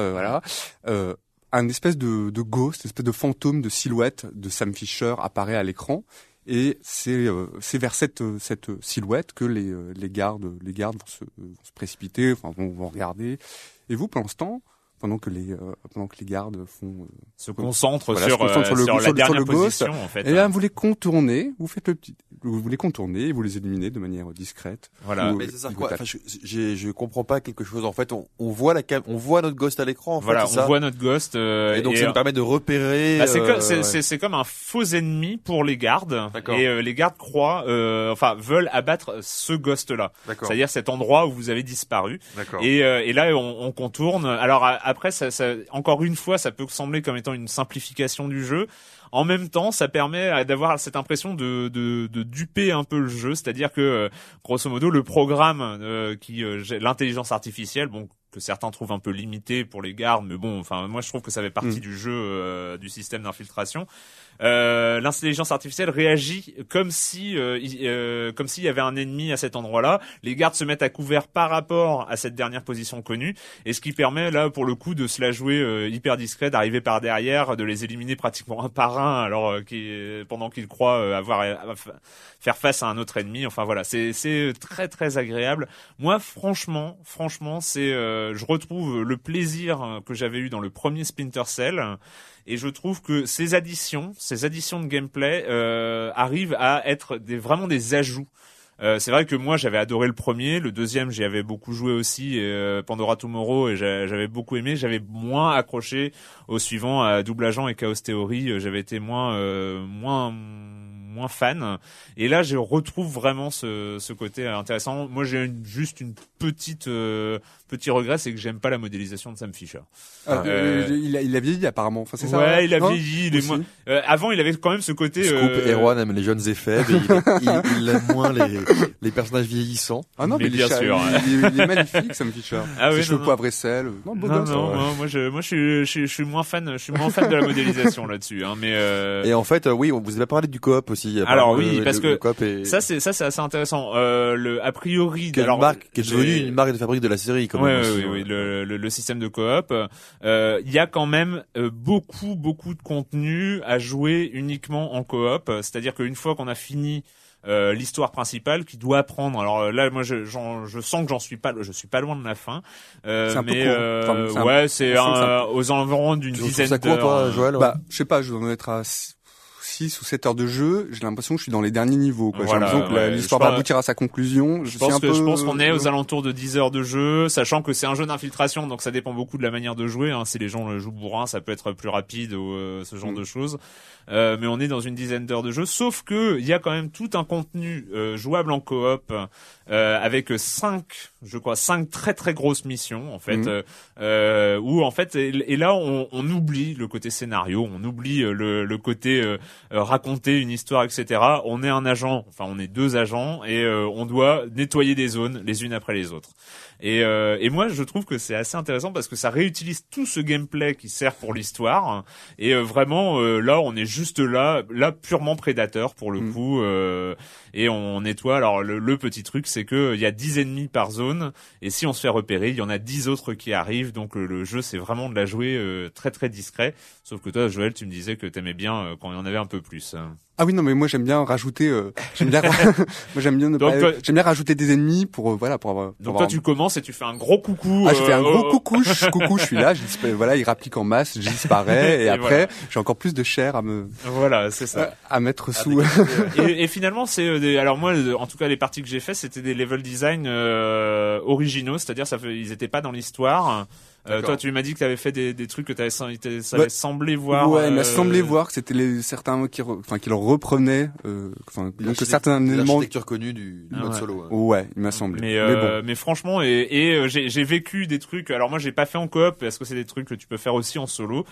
un espèce de ghost, une espèce de fantôme de silhouette de Sam Fisher apparaît à l'écran, et c'est vers cette silhouette que les gardes vont se précipiter, enfin vont regarder. Et vous, pendant ce temps, pendant que les gardes se concentrent sur la dernière position, en fait. Et là, vous les contournez, vous les contournez et vous les éliminez de manière discrète. Voilà. Mais c'est ça, quoi. Enfin, je comprends pas quelque chose. En fait, on voit notre ghost à l'écran. Voilà, on voit notre ghost. Et donc, ça nous permet de repérer. C'est comme un faux ennemi pour les gardes. D'accord. Et les gardes veulent abattre ce ghost-là. D'accord. C'est-à-dire cet endroit où vous avez disparu. D'accord. Et là, on contourne. Alors après, ça, encore une fois, ça peut sembler comme étant une simplification du jeu. En même temps, ça permet d'avoir cette impression de duper un peu le jeu, c'est-à-dire que grosso modo le programme l'intelligence artificielle, bon, que certains trouvent un peu limité pour les gardes, mais bon, enfin moi je trouve que ça fait partie du jeu, du système d'infiltration. L'intelligence artificielle réagit comme s'il y avait un ennemi à cet endroit-là. Les gardes se mettent à couvert par rapport à cette dernière position connue, et ce qui permet là pour le coup de se la jouer hyper discret, d'arriver par derrière, de les éliminer pratiquement un par un, alors pendant qu'ils croient faire face à un autre ennemi. Enfin voilà, c'est très très agréable. Moi franchement, c'est je retrouve le plaisir que j'avais eu dans le premier Splinter Cell. Et je trouve que ces additions de gameplay arrivent à être vraiment des ajouts C'est vrai que moi j'avais adoré le premier, le deuxième j'y avais beaucoup joué aussi, Pandora Tomorrow, et j'avais beaucoup aimé. J'avais moins accroché au suivant, à Double Agent et Chaos Theory. J'avais été moins fan, et là je retrouve vraiment ce côté intéressant. Moi j'ai juste une petit regret, c'est que j'aime pas la modélisation de Sam Fisher. Il a vieilli apparemment, enfin c'est ça. Ouais, il a vieilli. Avant il avait quand même ce côté. Scoop Erwan aime les jeunes effets, mais il aime moins les personnages vieillissants. Ah non, mais bien sûr. Il est magnifique, Sam Fisher. Ah oui, ses cheveux poivre et sel. Non, moi je suis moins fan. Je suis moins fan de la modélisation là-dessus. Hein, mais Et en fait, oui, vous avez parlé du coop aussi. Alors oui, parce que ça c'est assez intéressant. A priori, qui est devenu une marque de fabrique de la série. Oui, le système de coop. Il y a quand même beaucoup de contenu à jouer uniquement en coop. C'est-à-dire qu'une fois qu'on a fini l'histoire principale, qui doit prendre. Alors là, moi, je sens que je suis pas loin de la fin. C'est un peu court. C'est aux environs d'une dizaine d'heures. Ça court, toi, Joël? Je sais pas, je dois être à 6 ou 7 heures de jeu, j'ai l'impression que je suis dans les derniers niveaux, quoi. Voilà, j'ai l'impression que l'histoire va aboutir à sa conclusion. Je pense qu'on est aux alentours de 10 heures de jeu, sachant que c'est un jeu d'infiltration, donc ça dépend beaucoup de la manière de jouer, hein. Si les gens le jouent bourrin, ça peut être plus rapide ou ce genre de choses. Mais on est dans une dizaine d'heures de jeu, sauf que il y a quand même tout un contenu jouable en coop, avec 5 très très grosses missions en fait, où en fait et là on oublie le côté scénario, on oublie le côté raconter une histoire, etc. On est un agent, enfin on est 2 agents, et on doit nettoyer des zones les unes après les autres. Et moi je trouve que c'est assez intéressant parce que ça réutilise tout ce gameplay qui sert pour l'histoire, et vraiment là on est juste là purement prédateur pour le coup, et on nettoie. Alors le petit truc, c'est que il y a 10 ennemis par zone, et si on se fait repérer, il y en a 10 autres qui arrivent, donc le jeu c'est vraiment de la jouer très très discret. Sauf que toi, Joël, tu me disais que t'aimais bien quand il y en avait un peu plus. Ah oui, non, mais moi j'aime bien rajouter, j'aime bien rajouter des ennemis pour avoir. Donc toi tu commences et tu fais un gros coucou. Ah, je fais un gros coucou, je suis là, il rapplique en masse, je disparais, et après j'ai encore plus de chair Voilà, c'est ça. À mettre sous. Et finalement c'est alors moi en tout cas les parties que j'ai fait, c'était des level design originaux, c'est-à-dire ils étaient pas dans l'histoire. Toi, tu m'as dit que tu avais fait des trucs que ça avait semblé voir. Ouais, il m'a semblé voir que c'était certains qui le reprenaient. Donc certains éléments. L'architecture connue du mode solo. Ouais, il m'a semblé. Mais franchement, j'ai vécu des trucs. Alors moi, j'ai pas fait en coop parce que c'est des trucs que tu peux faire aussi en solo.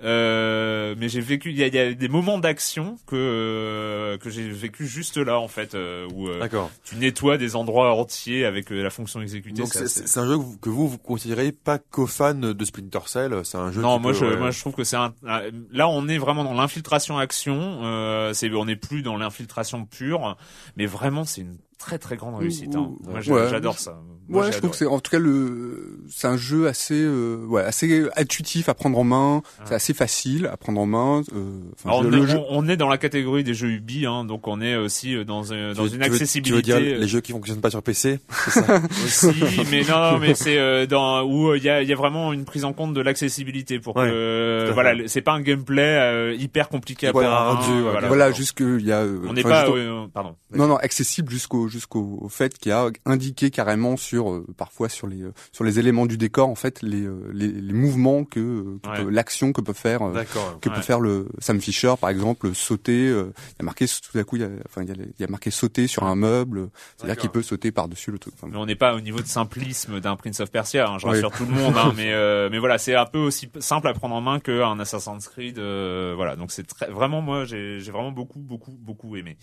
Mais j'ai vécu. Il y a des moments d'action que j'ai vécu juste là en fait, où tu nettoies des endroits entiers avec la fonction exécutée. Donc c'est un jeu que vous considérez pas fan de Splinter Cell, c'est un jeu. Non, moi je trouve que c'est là on est vraiment dans l'infiltration action, on n'est plus dans l'infiltration pure, mais vraiment c'est une très très grande réussite. Hein. Moi j'adore ça. Moi, je trouve que c'est en tout cas c'est un jeu assez intuitif à prendre en main, c'est assez facile à prendre en main. On est dans la catégorie des jeux Ubi, hein, donc on est aussi dans une accessibilité. Tu veux dire les jeux qui fonctionnent pas sur PC, c'est ça? Aussi, mais non, mais c'est où il y a vraiment une prise en compte de l'accessibilité pour que c'est pas un gameplay hyper compliqué à prendre. Juste que il y a on n'est pas pardon. Non, accessible jusqu'au fait qu'il y a indiqué carrément parfois sur les éléments du décor en fait les mouvements l'action que peut faire le Sam Fisher par exemple, sauter. Il y a marqué tout à coup il y a marqué sauter sur un meuble, c'est-à-dire qu'il peut sauter par-dessus le truc. Mais on n'est pas au niveau de simplisme d'un Prince of Persia, hein, je rassure tout le monde, hein, mais voilà, c'est un peu aussi simple à prendre en main qu'un Assassin's Creed, voilà, donc c'est vraiment moi j'ai vraiment beaucoup aimé.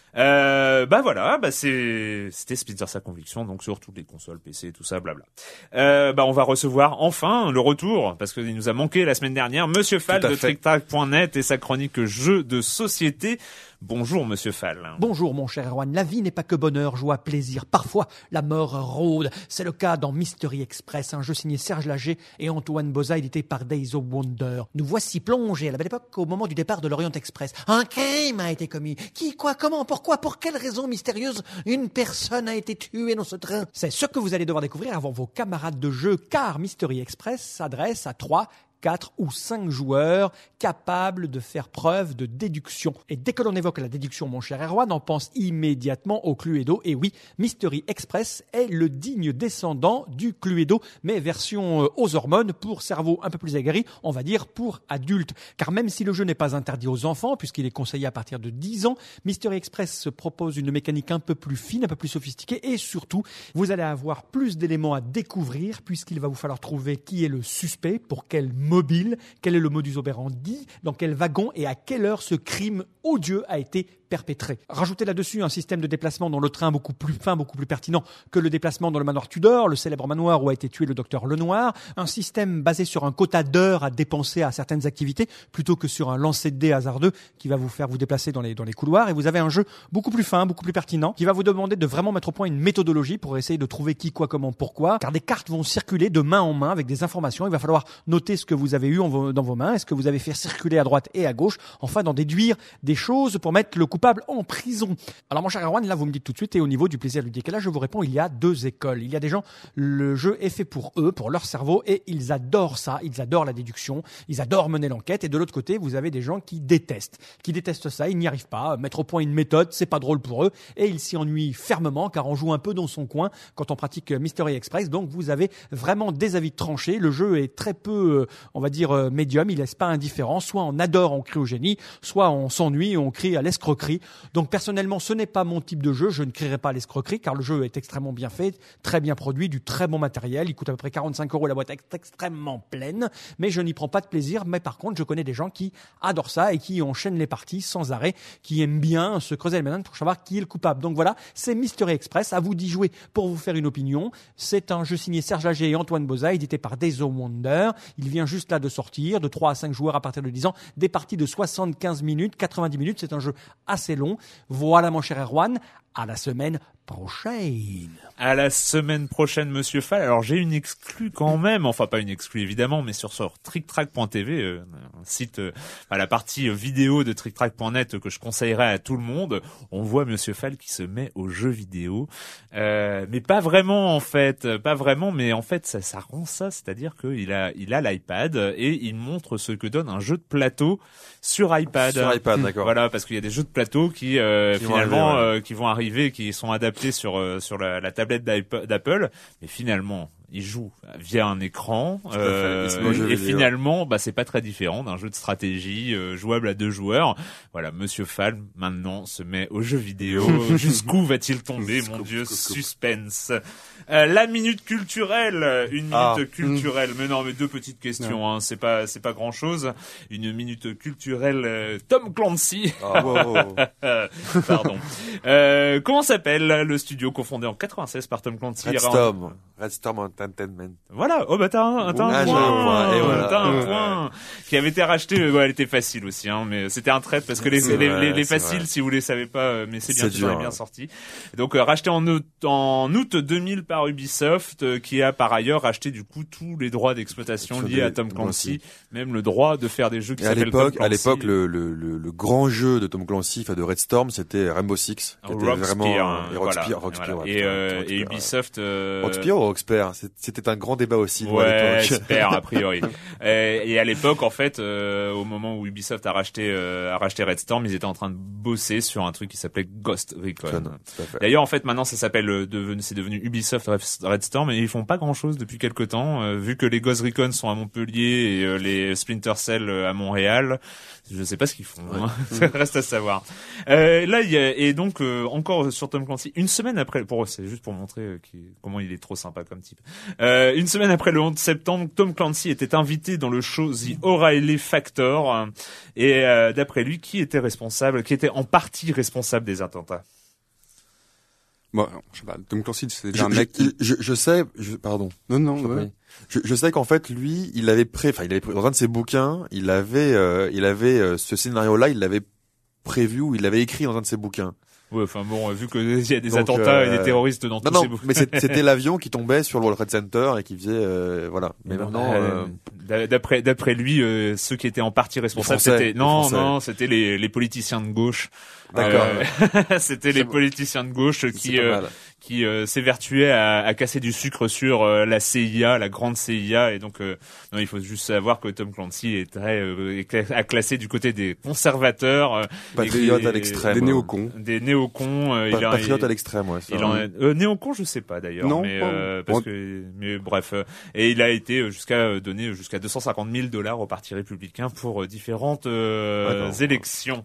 C'était Splinter Cell Conviction, donc sur toutes les consoles, PC, tout ça, blabla. On va recevoir enfin le retour, parce qu'il nous a manqué la semaine dernière, Monsieur Fall de TrickTrack.net et sa chronique jeux de société. Bonjour Monsieur Fall. Bonjour mon cher Erwan. La vie n'est pas que bonheur, joie, plaisir. Parfois, la mort rôde. C'est le cas dans Mystery Express, un jeu signé Serge Lager et Antoine Boza, édité par Days of Wonder. Nous voici plongés à la belle époque au moment du départ de l'Orient Express. Un crime a été commis. Qui, quoi, comment, pourquoi, pour quelle raison mystérieuse une personne a été tuée dans ce train? C'est ce que vous allez devoir découvrir avant vos camarades de jeu, car Mystery Express s'adresse à 3 4 ou 5 joueurs capables de faire preuve de déduction. Et dès que l'on évoque la déduction, mon cher Erwan, on pense immédiatement au Cluedo. Et oui, Mystery Express est le digne descendant du Cluedo, mais version aux hormones, pour cerveau un peu plus aguerri, on va dire pour adultes. Car même si le jeu n'est pas interdit aux enfants, puisqu'il est conseillé à partir de 10 ans, Mystery Express propose une mécanique un peu plus fine, un peu plus sophistiquée, et surtout, vous allez avoir plus d'éléments à découvrir, puisqu'il va vous falloir trouver qui est le suspect, pour quel mobile, quel est le modus operandi, dans quel wagon et à quelle heure ce crime odieux a été perpétré. Rajoutez là-dessus un système de déplacement dans le train beaucoup plus fin, beaucoup plus pertinent que le déplacement dans le manoir Tudor, le célèbre manoir où a été tué le docteur Lenoir, un système basé sur un quota d'heures à dépenser à certaines activités plutôt que sur un lancer de dés hasardeux qui va vous faire vous déplacer dans les couloirs, et vous avez un jeu beaucoup plus fin, beaucoup plus pertinent qui va vous demander de vraiment mettre au point une méthodologie pour essayer de trouver qui, quoi, comment, pourquoi, car des cartes vont circuler de main en main avec des informations. Il va falloir noter ce que vous avez eu dans vos mains, est-ce que vous avez fait circuler à droite et à gauche, enfin d'en déduire des choses pour mettre le coupable en prison. Alors mon cher Erwan, là vous me dites tout de suite, et au niveau du plaisir ludique, et là je vous réponds, il y a 2 écoles. Il y a des gens, le jeu est fait pour eux, pour leur cerveau, et ils adorent ça, ils adorent la déduction, ils adorent mener l'enquête, et de l'autre côté vous avez des gens qui détestent ça, ils n'y arrivent pas, mettre au point une méthode, c'est pas drôle pour eux, et ils s'y ennuient fermement car on joue un peu dans son coin quand on pratique Mystery Express. Donc vous avez vraiment des avis tranchés, le jeu est très peu, on va dire médium, il laisse pas indifférent, soit on adore, on crie au génie, soit on s'ennuie et on crie à l'escroquerie. Donc personnellement, ce n'est pas mon type de jeu, je ne crierai pas à l'escroquerie car le jeu est extrêmement bien fait, très bien produit, du très bon matériel, il coûte à peu près 45 €, la boîte est extrêmement pleine, mais je n'y prends pas de plaisir. Mais par contre, je connais des gens qui adorent ça et qui enchaînent les parties sans arrêt, qui aiment bien se creuser les méninges pour savoir qui est le coupable. Donc voilà, c'est Mystery Express, à vous d'y jouer pour vous faire une opinion. C'est un jeu signé Serge Lager et Antoine Boza, édité par Days of Wonder. Il vient juste là de sortir, de 3 à 5 joueurs à partir de 10 ans, des parties de 75 minutes, 90 minutes, c'est un jeu assez long. Voilà mon cher Erwan, à la semaine prochaine. À la semaine prochaine, Monsieur Fall. Alors j'ai une exclue quand même, enfin pas une exclue évidemment, mais sur TrickTrack.tv, un site, la partie vidéo de TrickTrack.net que je conseillerais à tout le monde. On voit Monsieur Fall qui se met aux jeux vidéo, mais pas vraiment en fait, mais en fait ça rend ça, c'est-à-dire qu'il a l'iPad et il montre ce que donne un jeu de plateau sur iPad. Sur iPad, d'accord. Voilà, parce qu'il y a des jeux de plateau qui finalement qui vont arriver, qui sont adaptés sur la tablette d'Apple, mais finalement il joue via un écran et finalement c'est pas très différent d'un jeu de stratégie jouable à 2 joueurs. Voilà, Monsieur Fall maintenant se met aux jeux vidéo. Jusqu'où va-t-il tomber, mon Dieu, suspense. La minute culturelle, une minute culturelle. Mais non, mais 2 petites questions, hein, c'est pas grand chose. Une minute culturelle, Tom Clancy. Pardon. Comment s'appelle le studio cofondé en 96 par Tom Clancy? Red Storm Entertainment. Voilà. Oh t'as un point. T'as un point. Qui avait été racheté. Elle était facile aussi, hein, mais c'était un trait parce que les faciles, si vous les savez pas, mais c'est bien, tu en es bien sorti. Donc racheté en août 2000 par Ubisoft, qui a par ailleurs racheté du coup tous les droits d'exploitation liés à Tom Clancy, même le droit de faire des jeux qui s'appellent Tom Clancy. À l'époque, le grand jeu de Tom Clancy, de Red Storm, c'était Rainbow Six, qui était vraiment Rockspear. Et Ubisoft. Rockspear ou Rockspear, c'était un grand débat aussi. Ouais, Spear a priori. Et à l'époque, en fait, au moment où Ubisoft a racheté Red Storm, ils étaient en train de bosser sur un truc qui s'appelait Ghost Recon. D'ailleurs, en fait, maintenant, ça s'appelle c'est devenu Ubisoft Red Storm, et ils font pas grand chose depuis quelque temps, vu que les Ghost Recon sont à Montpellier et les Splinter Cell à Montréal. Je sais pas ce qu'ils font, hein. Ça reste à savoir. Là, il y a, et donc, encore sur Tom Clancy, une semaine après, c'est juste pour montrer comment il est trop sympa comme type. Une semaine après le 11 septembre, Tom Clancy était invité dans le show The O'Reilly Factor, et d'après lui, qui était en partie responsable des attentats? Bon, je sais pas, Tom Clancy, c'est déjà un mec qui... Je sais, pardon. Non, ouais. Je sais qu'en fait, lui, il avait dans un de ses bouquins, il avait ce scénario-là, il l'avait prévu ou il l'avait écrit dans un de ses bouquins. Ouais, enfin bon, vu qu'il y a des attentats et des terroristes dans tous ces bouquins. Mais c'était l'avion qui tombait sur le World Trade Center et qui faisait, voilà. Mais maintenant, d'après lui, ceux qui étaient en partie responsables, c'était les politiciens de gauche. D'accord. C'était les politiciens de gauche qui s'évertuait à casser du sucre sur la CIA, la grande CIA, et donc non, il faut juste savoir que Tom Clancy est à classer du côté des conservateurs, patriotes à l'extrême, des néocons, patriotes à l'extrême, ouais. Néocons, je sais pas d'ailleurs, non, mais bref, et il a été donné jusqu'à $250,000 au Parti républicain pour différentes élections.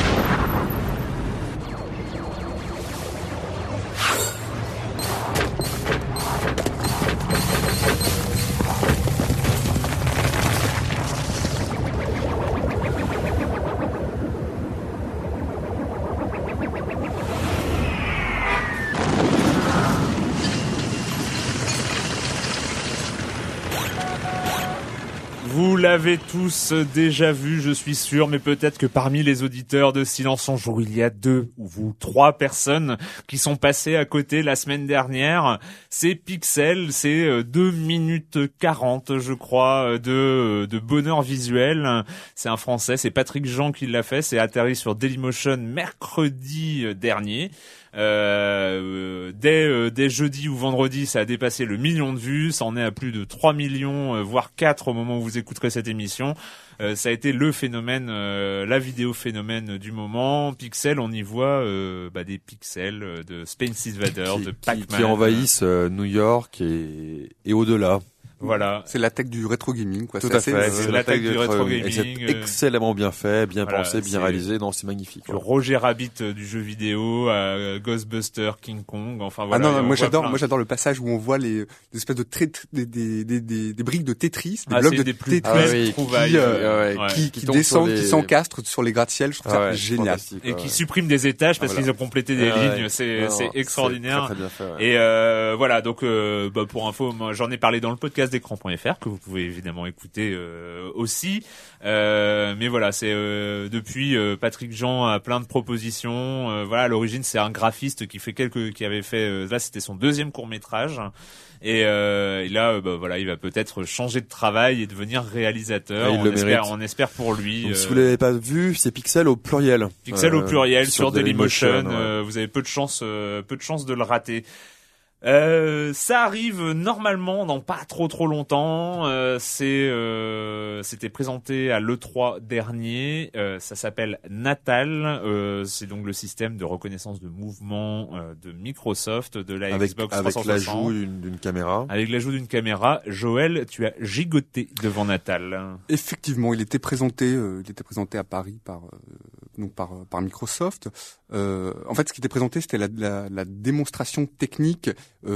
Vous l'avez tous déjà vu, je suis sûr, mais peut-être que parmi les auditeurs de Silence on Joue, il y a 2 ou 3 personnes qui sont passées à côté la semaine dernière. C'est Pixel, c'est 2 minutes 40, je crois, de bonheur visuel. C'est un Français, c'est Patrick Jean qui l'a fait, c'est atterri sur Dailymotion mercredi dernier. Dès jeudi ou vendredi, ça a dépassé le 1 million de vues, ça en est à plus de 3 millions, voire 4 au moment où vous écouterez cette émission. Ça a été le phénomène, la vidéo phénomène du moment. Pixel, on y voit des pixels de Space Invaders, de Pac-Man, qui envahissent New York et au-delà. Voilà. C'est l'attaque du rétro gaming, quoi. Tout à fait. C'est l'attaque du rétro gaming. C'est excellemment bien fait, bien pensé, bien réalisé. Non, c'est magnifique. Le Roger Rabbit du jeu vidéo, Ghostbusters, King Kong. Enfin voilà. Ah non, moi j'adore le passage où on voit des espèces de des briques de Tetris, des blocs de Tetris qui descendent, qui s'encastrent sur les gratte-ciel. Je trouve ça génial. Et qui suppriment des étages parce qu'ils ont complété des lignes. C'est extraordinaire. Très bien fait. Et voilà. Donc pour info, moi j'en ai parlé dans le podcast d'écran.fr que vous pouvez évidemment écouter aussi, mais voilà, c'est depuis Patrick Jean a plein de propositions. Voilà, à l'origine c'est un graphiste qui avait fait là c'était son 2e court-métrage et là voilà, il va peut-être changer de travail et devenir réalisateur. On espère pour lui. Donc, si vous l'avez pas vu, c'est Pixel au pluriel. Pixel au pluriel sur Dailymotion. Vous avez peu de chance de le rater. Ça arrive normalement dans pas trop longtemps. C'était présenté à l'E3 dernier. Ça s'appelle Natal. C'est donc le système de reconnaissance de mouvement de Microsoft, de la Xbox 360. Avec l'ajout d'une caméra. Avec l'ajout d'une caméra. Joël, tu as gigoté devant Natal. Effectivement, il était présenté à Paris par Microsoft. En fait, ce qui était présenté, c'était la démonstration technique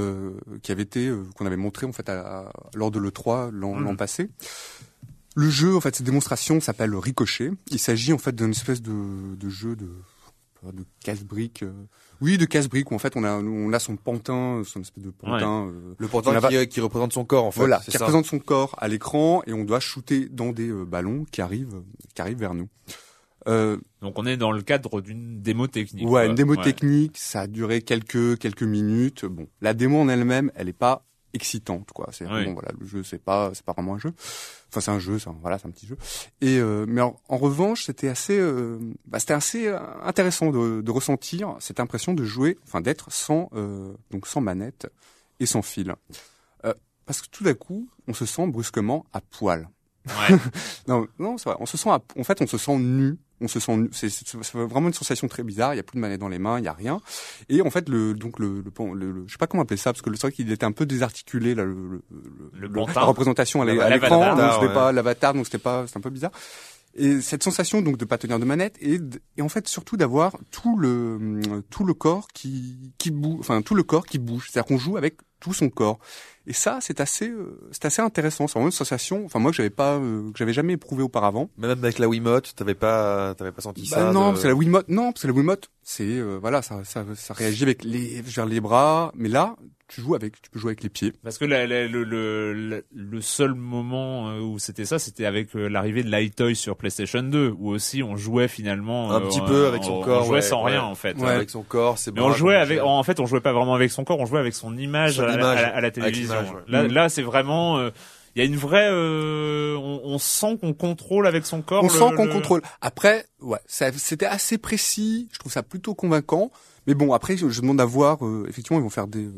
qu'on avait montré en fait lors de l'E3 l'an passé. Le jeu, en fait, cette démonstration s'appelle Ricochet. Il s'agit en fait d'une espèce de jeu de casse-briques. De casse-briques où en fait on a son pantin, son espèce de pantin. Le pantin qui représente son corps en fait. Voilà, qui représente son corps à l'écran et on doit shooter dans des ballons qui arrivent vers nous. Donc on est dans le cadre d'une démo technique. Ouais, une démo technique, ça a duré quelques minutes. Bon, la démo en elle-même, elle est pas excitante, quoi. C'est bon, voilà, le jeu c'est pas vraiment un jeu. Enfin, c'est un jeu, c'est un petit jeu. Et mais en revanche, c'était assez intéressant de ressentir cette impression de jouer, enfin d'être sans manette et sans fil. Parce que tout d'un coup, on se sent brusquement à poil. Ouais. non, c'est vrai. On se sent nu. C'est vraiment une sensation très bizarre. Il y a plus de manette dans les mains, il y a rien. Et en fait, je sais pas comment appeler ça, parce que c'est vrai qu'il était un peu désarticulé là, la représentation à l'écran. Donc c'était pas l'avatar, donc c'était un peu bizarre. Et cette sensation donc de pas tenir de manette et en fait surtout d'avoir tout le corps qui bouge, enfin tout le corps qui bouge. C'est-à-dire qu'on joue avec tout son corps. Et ça, c'est assez intéressant. C'est vraiment une sensation, enfin moi que j'avais jamais éprouvé auparavant. Même avec la Wiimote, t'avais pas senti ça? Non, parce que la Wiimote, c'est ça réagit avec vers les bras, mais là, tu peux jouer avec les pieds. Parce que le seul moment où c'était ça, c'était avec l'arrivée de l'iToy sur PlayStation 2, où aussi on jouait finalement un petit peu avec son corps. On jouait sans rien en fait. Ouais. Avec son corps, c'est. Mais on jouait en fait, on jouait pas vraiment avec son corps, on jouait avec son image à la télévision. Là, c'est vraiment. Il y a une vraie. On sent qu'on contrôle avec son corps. On sent qu'on contrôle. Après, c'était assez précis. Je trouve ça plutôt convaincant. Mais bon, après, je demande à voir. Effectivement, ils vont faire des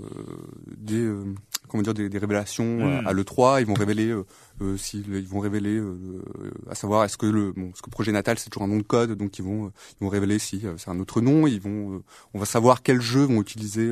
révélations à l'E3. Ils vont révéler à savoir est-ce que ce que Projet Natal c'est toujours un nom de code, donc ils vont révéler si c'est un autre nom. On va savoir quels jeux vont utiliser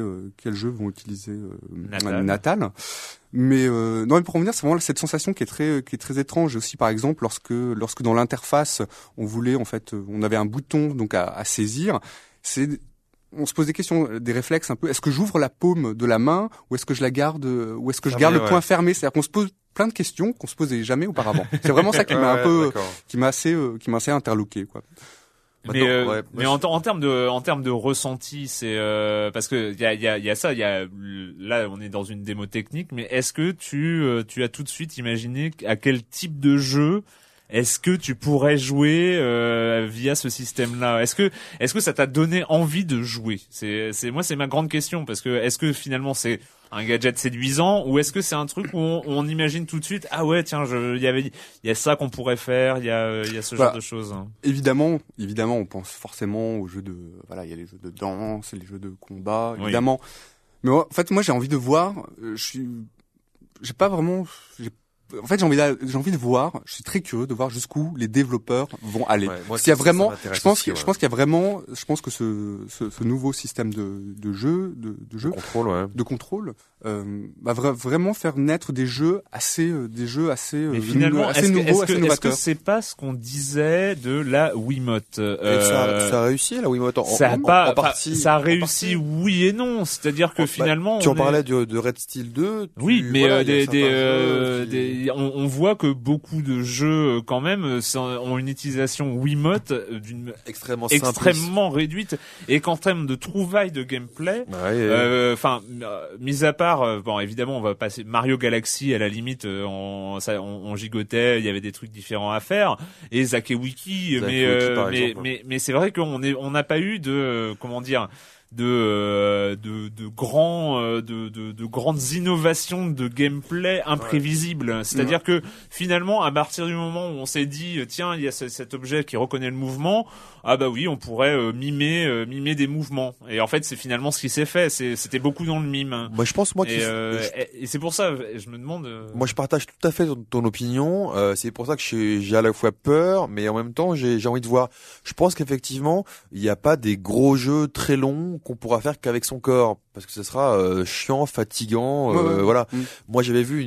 Natal. Mais non, mais pour revenir, c'est vraiment cette sensation qui est très étrange aussi. Par exemple, lorsque dans l'interface on avait un bouton donc à saisir, on se pose des questions, des réflexes un peu. Est-ce que j'ouvre la paume de la main ou est-ce que je la garde, ou est-ce que je garde le poing fermé? C'est-à-dire qu'on se pose plein de questions qu'on se posait jamais auparavant. C'est vraiment ça qui m'a qui m'a assez interloqué, quoi. Mais en termes de ressenti, c'est parce que il y a ça, là on est dans une démo technique, mais est-ce que tu as tout de suite imaginé à quel type de jeu est-ce que tu pourrais jouer via ce système-là? Est-ce que ça t'a donné envie de jouer? C'est ma grande question, parce que est-ce que finalement c'est un gadget séduisant, ou est-ce que c'est un truc où on imagine tout de suite, ah ouais, tiens, il y a ça qu'on pourrait faire, il y a ce genre de choses. Évidemment, on pense forcément aux jeux il y a les jeux de danse, les jeux de combat, évidemment. Mais en fait, moi, j'ai envie de voir, en fait, j'ai envie de voir, je suis très curieux de voir jusqu'où les développeurs vont aller. Parce qu'il y a vraiment, je pense que ce nouveau système de jeu, de contrôle, va vraiment faire naître des jeux assez mais finalement, assez nouveaux, assez novateurs. Est-ce que c'est pas ce qu'on disait de la Wiimote? Ça a réussi, la Wiimote en partie. Ça a réussi, oui et non. C'est-à-dire que finalement, tu en parlais de Red Steel 2. Oui, mais on voit que beaucoup de jeux quand même ont une utilisation Wiimote extrêmement réduite, et qu'en termes de trouvailles de gameplay, mis à part, évidemment on va passer Mario Galaxy, à la limite on gigotait, il y avait des trucs différents à faire, et Zakewiki, mais c'est vrai qu'on n'a pas eu de grandes innovations de gameplay imprévisibles. C'est-à-dire que finalement, à partir du moment où on s'est dit, tiens, il y a cet objet qui reconnaît le mouvement, ah bah oui, on pourrait mimer des mouvements. Et en fait, c'est finalement ce qui s'est fait. C'était beaucoup dans le mime. Moi, je pense, et c'est pour ça, je me demande. Moi, je partage tout à fait ton opinion. C'est pour ça que j'ai à la fois peur, mais en même temps, j'ai envie de voir. Je pense qu'effectivement, il n'y a pas des gros jeux très longs qu'on pourra faire qu'avec son corps, parce que ce sera chiant, fatigant, voilà. Moi, j'avais vu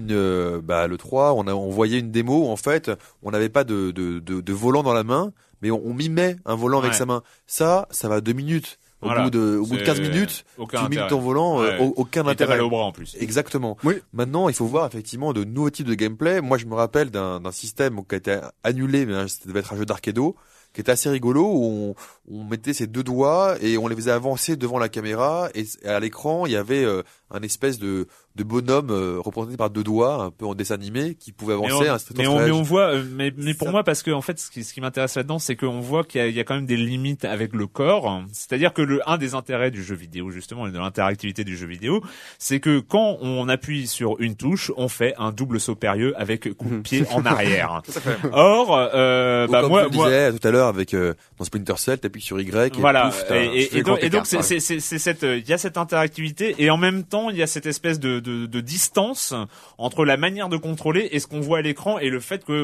le 3, on voyait une démo où en fait, on n'avait pas de volant dans la main, mais on mimait un volant avec sa main. Ça va 2 minutes. Au bout de 15 minutes, tu mimes ton volant, aucun intérêt. Et t'as mal au bras en plus. Exactement. Oui. Maintenant, il faut voir effectivement de nouveaux types de gameplay. Moi, je me rappelle d'un système qui a été annulé, mais ça devait être un jeu d'arcado, qui était assez rigolo, où on mettait ses 2 doigts et on les faisait avancer devant la caméra, et à l'écran il y avait un espèce de bonhomme représenté par 2 doigts, un peu en dessin animé, qui pouvait avancer. Mais on voit, mais pour moi, parce que en fait, ce qui m'intéresse là-dedans, c'est qu'on voit qu'il y a quand même des limites avec le corps. C'est-à-dire que un des intérêts du jeu vidéo, justement, et de l'interactivité du jeu vidéo, c'est que quand on appuie sur une touche, on fait un double saut périlleux avec coup de pied en arrière. Or, moi, je disais tout à l'heure avec dans Splinter Cell, t'appuies sur Y. Voilà. Et donc c'est il y a cette interactivité, et en même temps il y a cette espèce de distance entre la manière de contrôler et ce qu'on voit à l'écran, et le fait que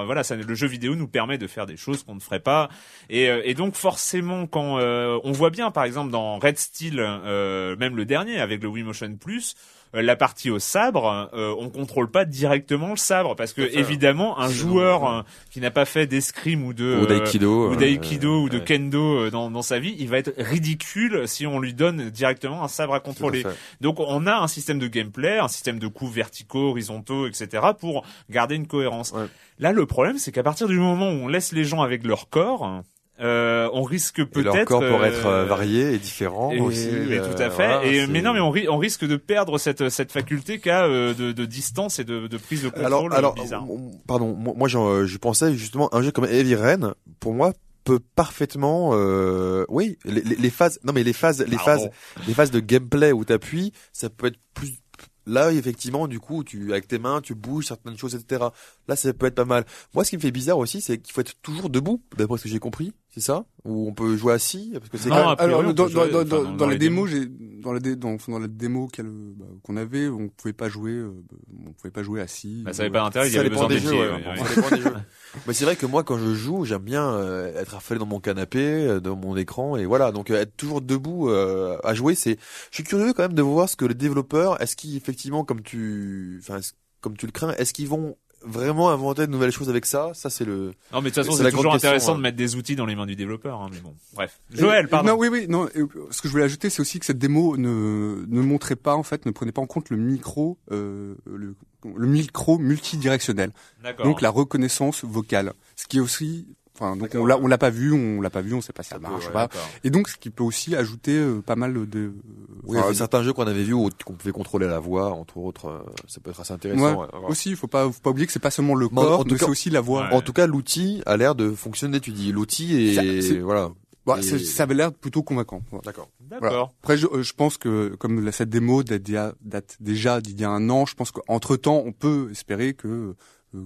le jeu vidéo nous permet de faire des choses qu'on ne ferait pas, et donc forcément quand on voit bien par exemple dans Red Steel, même le dernier avec le Wii Motion Plus, la partie au sabre, on contrôle pas directement le sabre, parce que évidemment un joueur qui n'a pas fait d'escrime ou d'aïkido ou de kendo dans sa vie, il va être ridicule si on lui donne directement un sabre à contrôler. Donc on a un système de gameplay, un système de coups verticaux, horizontaux, etc. pour garder une cohérence. Ouais. Là, le problème, c'est qu'à partir du moment où on laisse les gens avec leur corps, on risque peut-être. Et leur corps pourrait être varié et différent aussi. Mais tout à fait. Voilà, mais on risque de perdre cette faculté qu'a de distance et de prise de contrôle. Alors, bizarre. Pardon, moi je pensais justement un jeu comme Heavy Rain, pour moi, peut parfaitement les phases de gameplay où t'appuies, ça peut être plus. Là, effectivement, du coup, avec tes mains, tu bouges certaines choses, etc. Là, ça peut être pas mal. Moi, ce qui me fait bizarre aussi, c'est qu'il faut être toujours debout, d'après ce que j'ai compris. C'est ça? Ou on peut jouer assis? Parce que c'est dans les démos, dans la démo qu'on avait, on pouvait pas jouer assis. Ça avait pas d'intérêt, il y avait besoin des jeux. Ça dépend des jeux. Mais c'est vrai que moi, quand je joue, j'aime bien être affalé dans mon canapé, dans mon écran, et voilà. Donc être toujours debout à jouer, je suis curieux quand même de voir ce que les développeurs, est-ce qu'ils effectivement, comme tu le crains, est-ce qu'ils vont vraiment inventer de nouvelles choses avec ça? Ça, c'est le. Non, mais de toute façon, c'est toujours intéressant de mettre des outils dans les mains du développeur, hein, mais bon. Bref. Joël, pardon. Non, ce que je voulais ajouter, c'est aussi que cette démo ne montrait pas, en fait, ne prenait pas en compte le micro multidirectionnel. D'accord. Donc, la reconnaissance vocale. Ce qui est aussi, donc on l'a pas vu, on sait pas si ça marche pas. Et donc, ce qui peut aussi ajouter pas mal de. Oui, il y a certains jeux qu'on avait vus où qu'on pouvait contrôler la voix, entre autres, ça peut être assez intéressant. Ouais. Aussi, faut pas oublier que c'est pas seulement le corps, mais c'est aussi la voix. En tout cas, l'outil a l'air de fonctionner. Tu dis, l'outil voilà. Ça avait l'air plutôt convaincant. D'accord. Voilà. Après, je pense que comme cette démo date déjà d'il y a un an, je pense qu'entre temps, on peut espérer que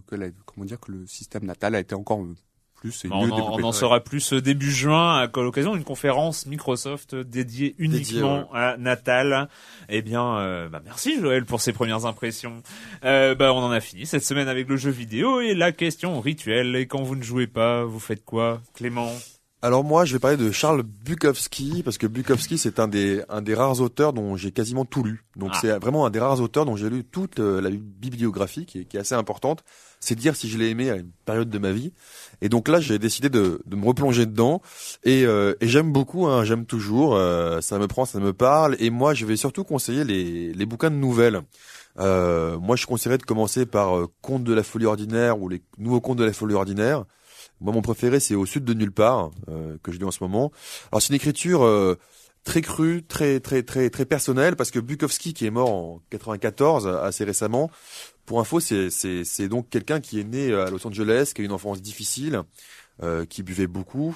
le système natal a été encore plus et mieux développé. On en saura plus début juin à l'occasion d'une conférence Microsoft dédiée uniquement à Natal. Eh bien, merci Joël pour ces premières impressions. On en a fini cette semaine avec le jeu vidéo et la question rituelle. Et quand vous ne jouez pas, vous faites quoi, Clément? Alors moi, je vais parler de Charles Bukowski, parce que Bukowski, c'est un des rares auteurs dont j'ai quasiment tout lu. Donc c'est vraiment un des rares auteurs dont j'ai lu toute la bibliographie, qui est assez importante. C'est dire si je l'ai aimé à une période de ma vie. Et donc là, j'ai décidé de me replonger dedans. Et j'aime beaucoup, j'aime toujours. Ça me prend, ça me parle. Et moi, je vais surtout conseiller les bouquins de nouvelles. Moi, je conseillerais de commencer par Contes de la folie ordinaire ou les nouveaux Contes de la folie ordinaire. Moi, mon préféré, c'est Au sud de nulle part, que je lis en ce moment. Alors, c'est une écriture très crue, très personnelle, parce que Bukowski, qui est mort en 94, assez récemment, pour info, c'est donc quelqu'un qui est né à Los Angeles, qui a eu une enfance difficile, qui buvait beaucoup,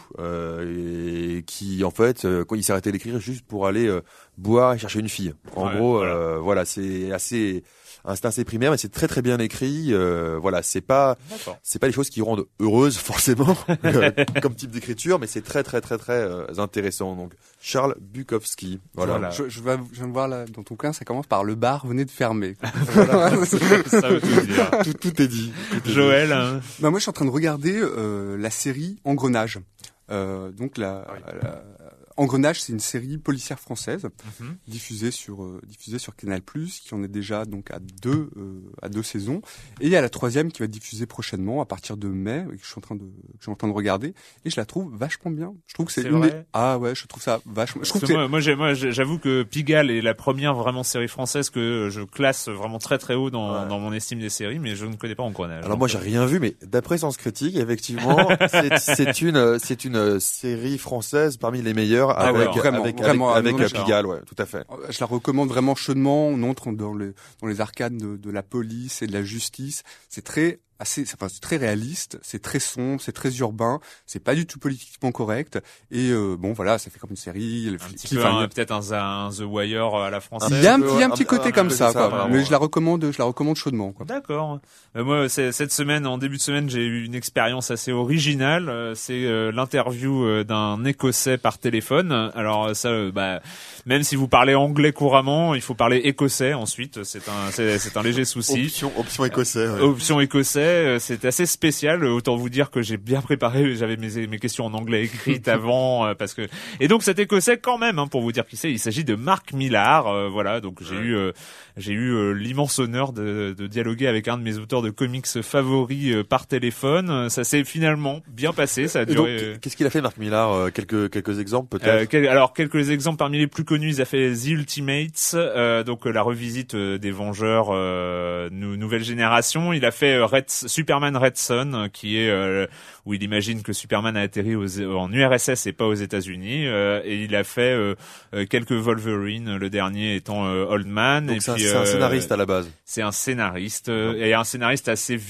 et qui, en fait, quand il s'est arrêté d'écrire juste pour aller boire et chercher une fille. En gros, voilà, c'est assez primaire, mais c'est très bien écrit. Voilà, c'est pas les choses qui rendent heureuse forcément comme type d'écriture, mais c'est très intéressant. Donc Charles Bukowski. Voilà. Je viens de voir là dans ton coin, ça commence par le bar venait de fermer. Voilà. Ça veut tout dire. Tout est dit. Joël. Moi, je suis en train de regarder la série Engrenage. Engrenage, c'est une série policière française diffusée sur Canal+, qui en est déjà donc à deux saisons, et il y a la troisième qui va être diffusée prochainement à partir de mai, que je suis en train de regarder, et je la trouve vachement bien. Je trouve que c'est je trouve ça vachement. Moi, j'avoue que Pigalle est la première vraiment série française que je classe vraiment très haut dans mon estime des séries, mais je ne connais pas Engrenage. Alors moi, j'ai rien vu, mais d'après Sens Critique, effectivement, c'est une série française parmi les meilleures. Avec Pigalle, ouais, tout à fait. Je la recommande vraiment chaudement. On entre dans les arcanes de la police et de la justice. C'est très réaliste, c'est très sombre, c'est très urbain, c'est pas du tout politiquement correct, et voilà, ça fait comme une série. Peut-être un The Wire à la française. Il y a un petit côté comme ça, quoi. Mais je la recommande chaudement, quoi. D'accord. Moi, cette semaine, en début de semaine, j'ai eu une expérience assez originale. C'est l'interview d'un Écossais par téléphone. Alors ça, même si vous parlez anglais couramment, il faut parler écossais ensuite. C'est un léger souci. Option écossais. Ouais. Option écossais. C'est assez spécial. Autant vous dire que j'ai bien préparé. J'avais mes questions en anglais écrites avant, et donc cet Écossais quand même, pour vous dire qui c'est, il s'agit de Mark Millar. Voilà. Donc j'ai eu l'immense honneur de dialoguer avec un de mes auteurs de comics favoris par téléphone. Ça s'est finalement bien passé. Ça a duré. Qu'est-ce qu'il a fait, Mark Millar? Quelques exemples peut-être. Alors quelques exemples parmi les plus connus. Il a fait The Ultimates, donc la revisite des Vengeurs nouvelle génération. Il a fait Superman Red Son, qui est où il imagine que Superman a atterri en URSS et pas aux États-Unis, et il a fait quelques Wolverine, le dernier étant Old Man. Donc et c'est un scénariste à la base. C'est un scénariste et un scénariste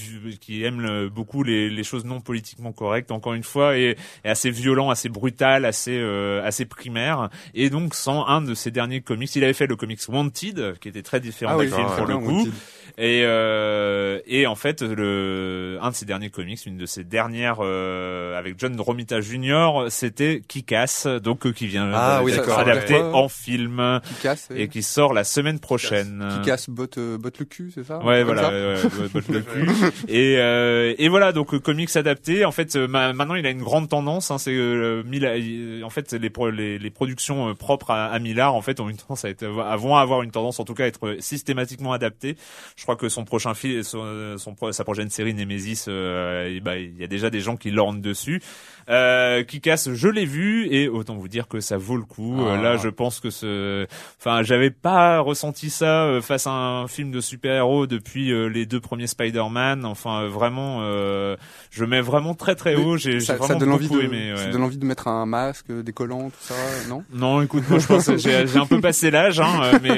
qui aime beaucoup les choses non politiquement correctes, encore une fois, et assez violent, assez brutal, assez primaire. Et donc sans un de ses derniers comics, il avait fait le comics Wanted, qui était très différent du film pour le coup. Et en fait, un de ses derniers comics, une de ses dernières avec John Romita Jr., c'était Kick-Ass, donc qui vient d'être adapté en film et qui sort la semaine prochaine. Kick-Ass botte le cul, c'est ça? Ouais, voilà, botte le cul. Et voilà, donc comics adapté. En fait, maintenant il a une grande tendance. Hein, c'est en fait les productions propres à Millar en fait ont une tendance vont avoir une tendance en tout cas à être systématiquement adaptées. Je crois que son prochain film, sa prochaine série Nemesis, il y a déjà des gens qui lornent dessus. Kick-Ass, je l'ai vu et autant vous dire que ça vaut le coup. Là, je pense que j'avais pas ressenti ça face à un film de super-héros depuis les 2 premiers Spider-Man. Enfin, vraiment, je mets vraiment très très haut. J'ai vraiment beaucoup aimé. Ça donne envie de mettre un masque, des collants, tout ça, non? Non, écoute, moi je pense que j'ai un peu passé l'âge, hein, mais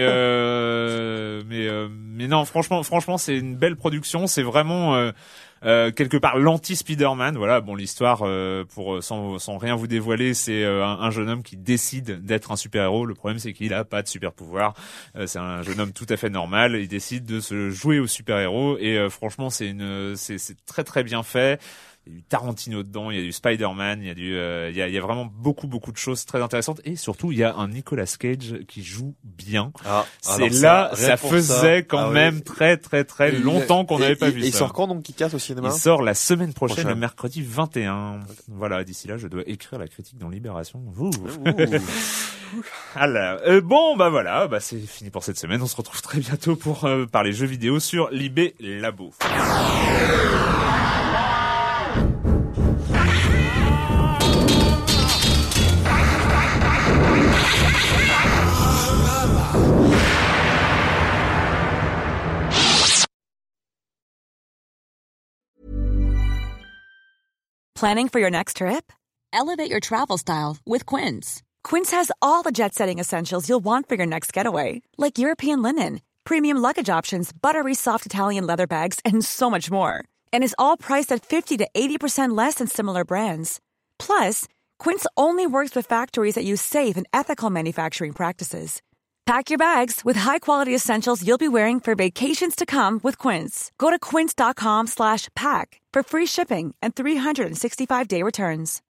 non, franchement, c'est une belle production. C'est vraiment quelque part l'anti-Spider-Man. Voilà, bon, l'histoire, sans rien vous dévoiler, c'est un jeune homme qui décide d'être un super-héros. Le problème, c'est qu'il a pas de super-pouvoir. C'est un jeune homme tout à fait normal. Il décide de se jouer au super-héros et franchement, c'est très très bien fait. Il y a du Tarantino dedans, il y a du Spider-Man, il y a vraiment beaucoup de choses très intéressantes et surtout il y a un Nicolas Cage qui joue bien. Ça faisait quand même très très très longtemps qu'on n'avait pas vu ça. Et il sort quand donc Kick-Ass au cinéma? Il sort la semaine prochaine, le mercredi 21. Voilà, d'ici là, je dois écrire la critique dans Libération. Alors, voilà, c'est fini pour cette semaine. On se retrouve très bientôt pour parler jeux vidéo sur Libé Labo. Planning for your next trip? Elevate your travel style with Quince. Quince has all the jet-setting essentials you'll want for your next getaway, like European linen, premium luggage options, buttery soft Italian leather bags, and so much more. And is all priced at 50 to 80% less than similar brands. Plus, Quince only works with factories that use safe and ethical manufacturing practices. Pack your bags with high-quality essentials you'll be wearing for vacations to come with Quince. Go to quince.com/pack for free shipping and 365-day returns.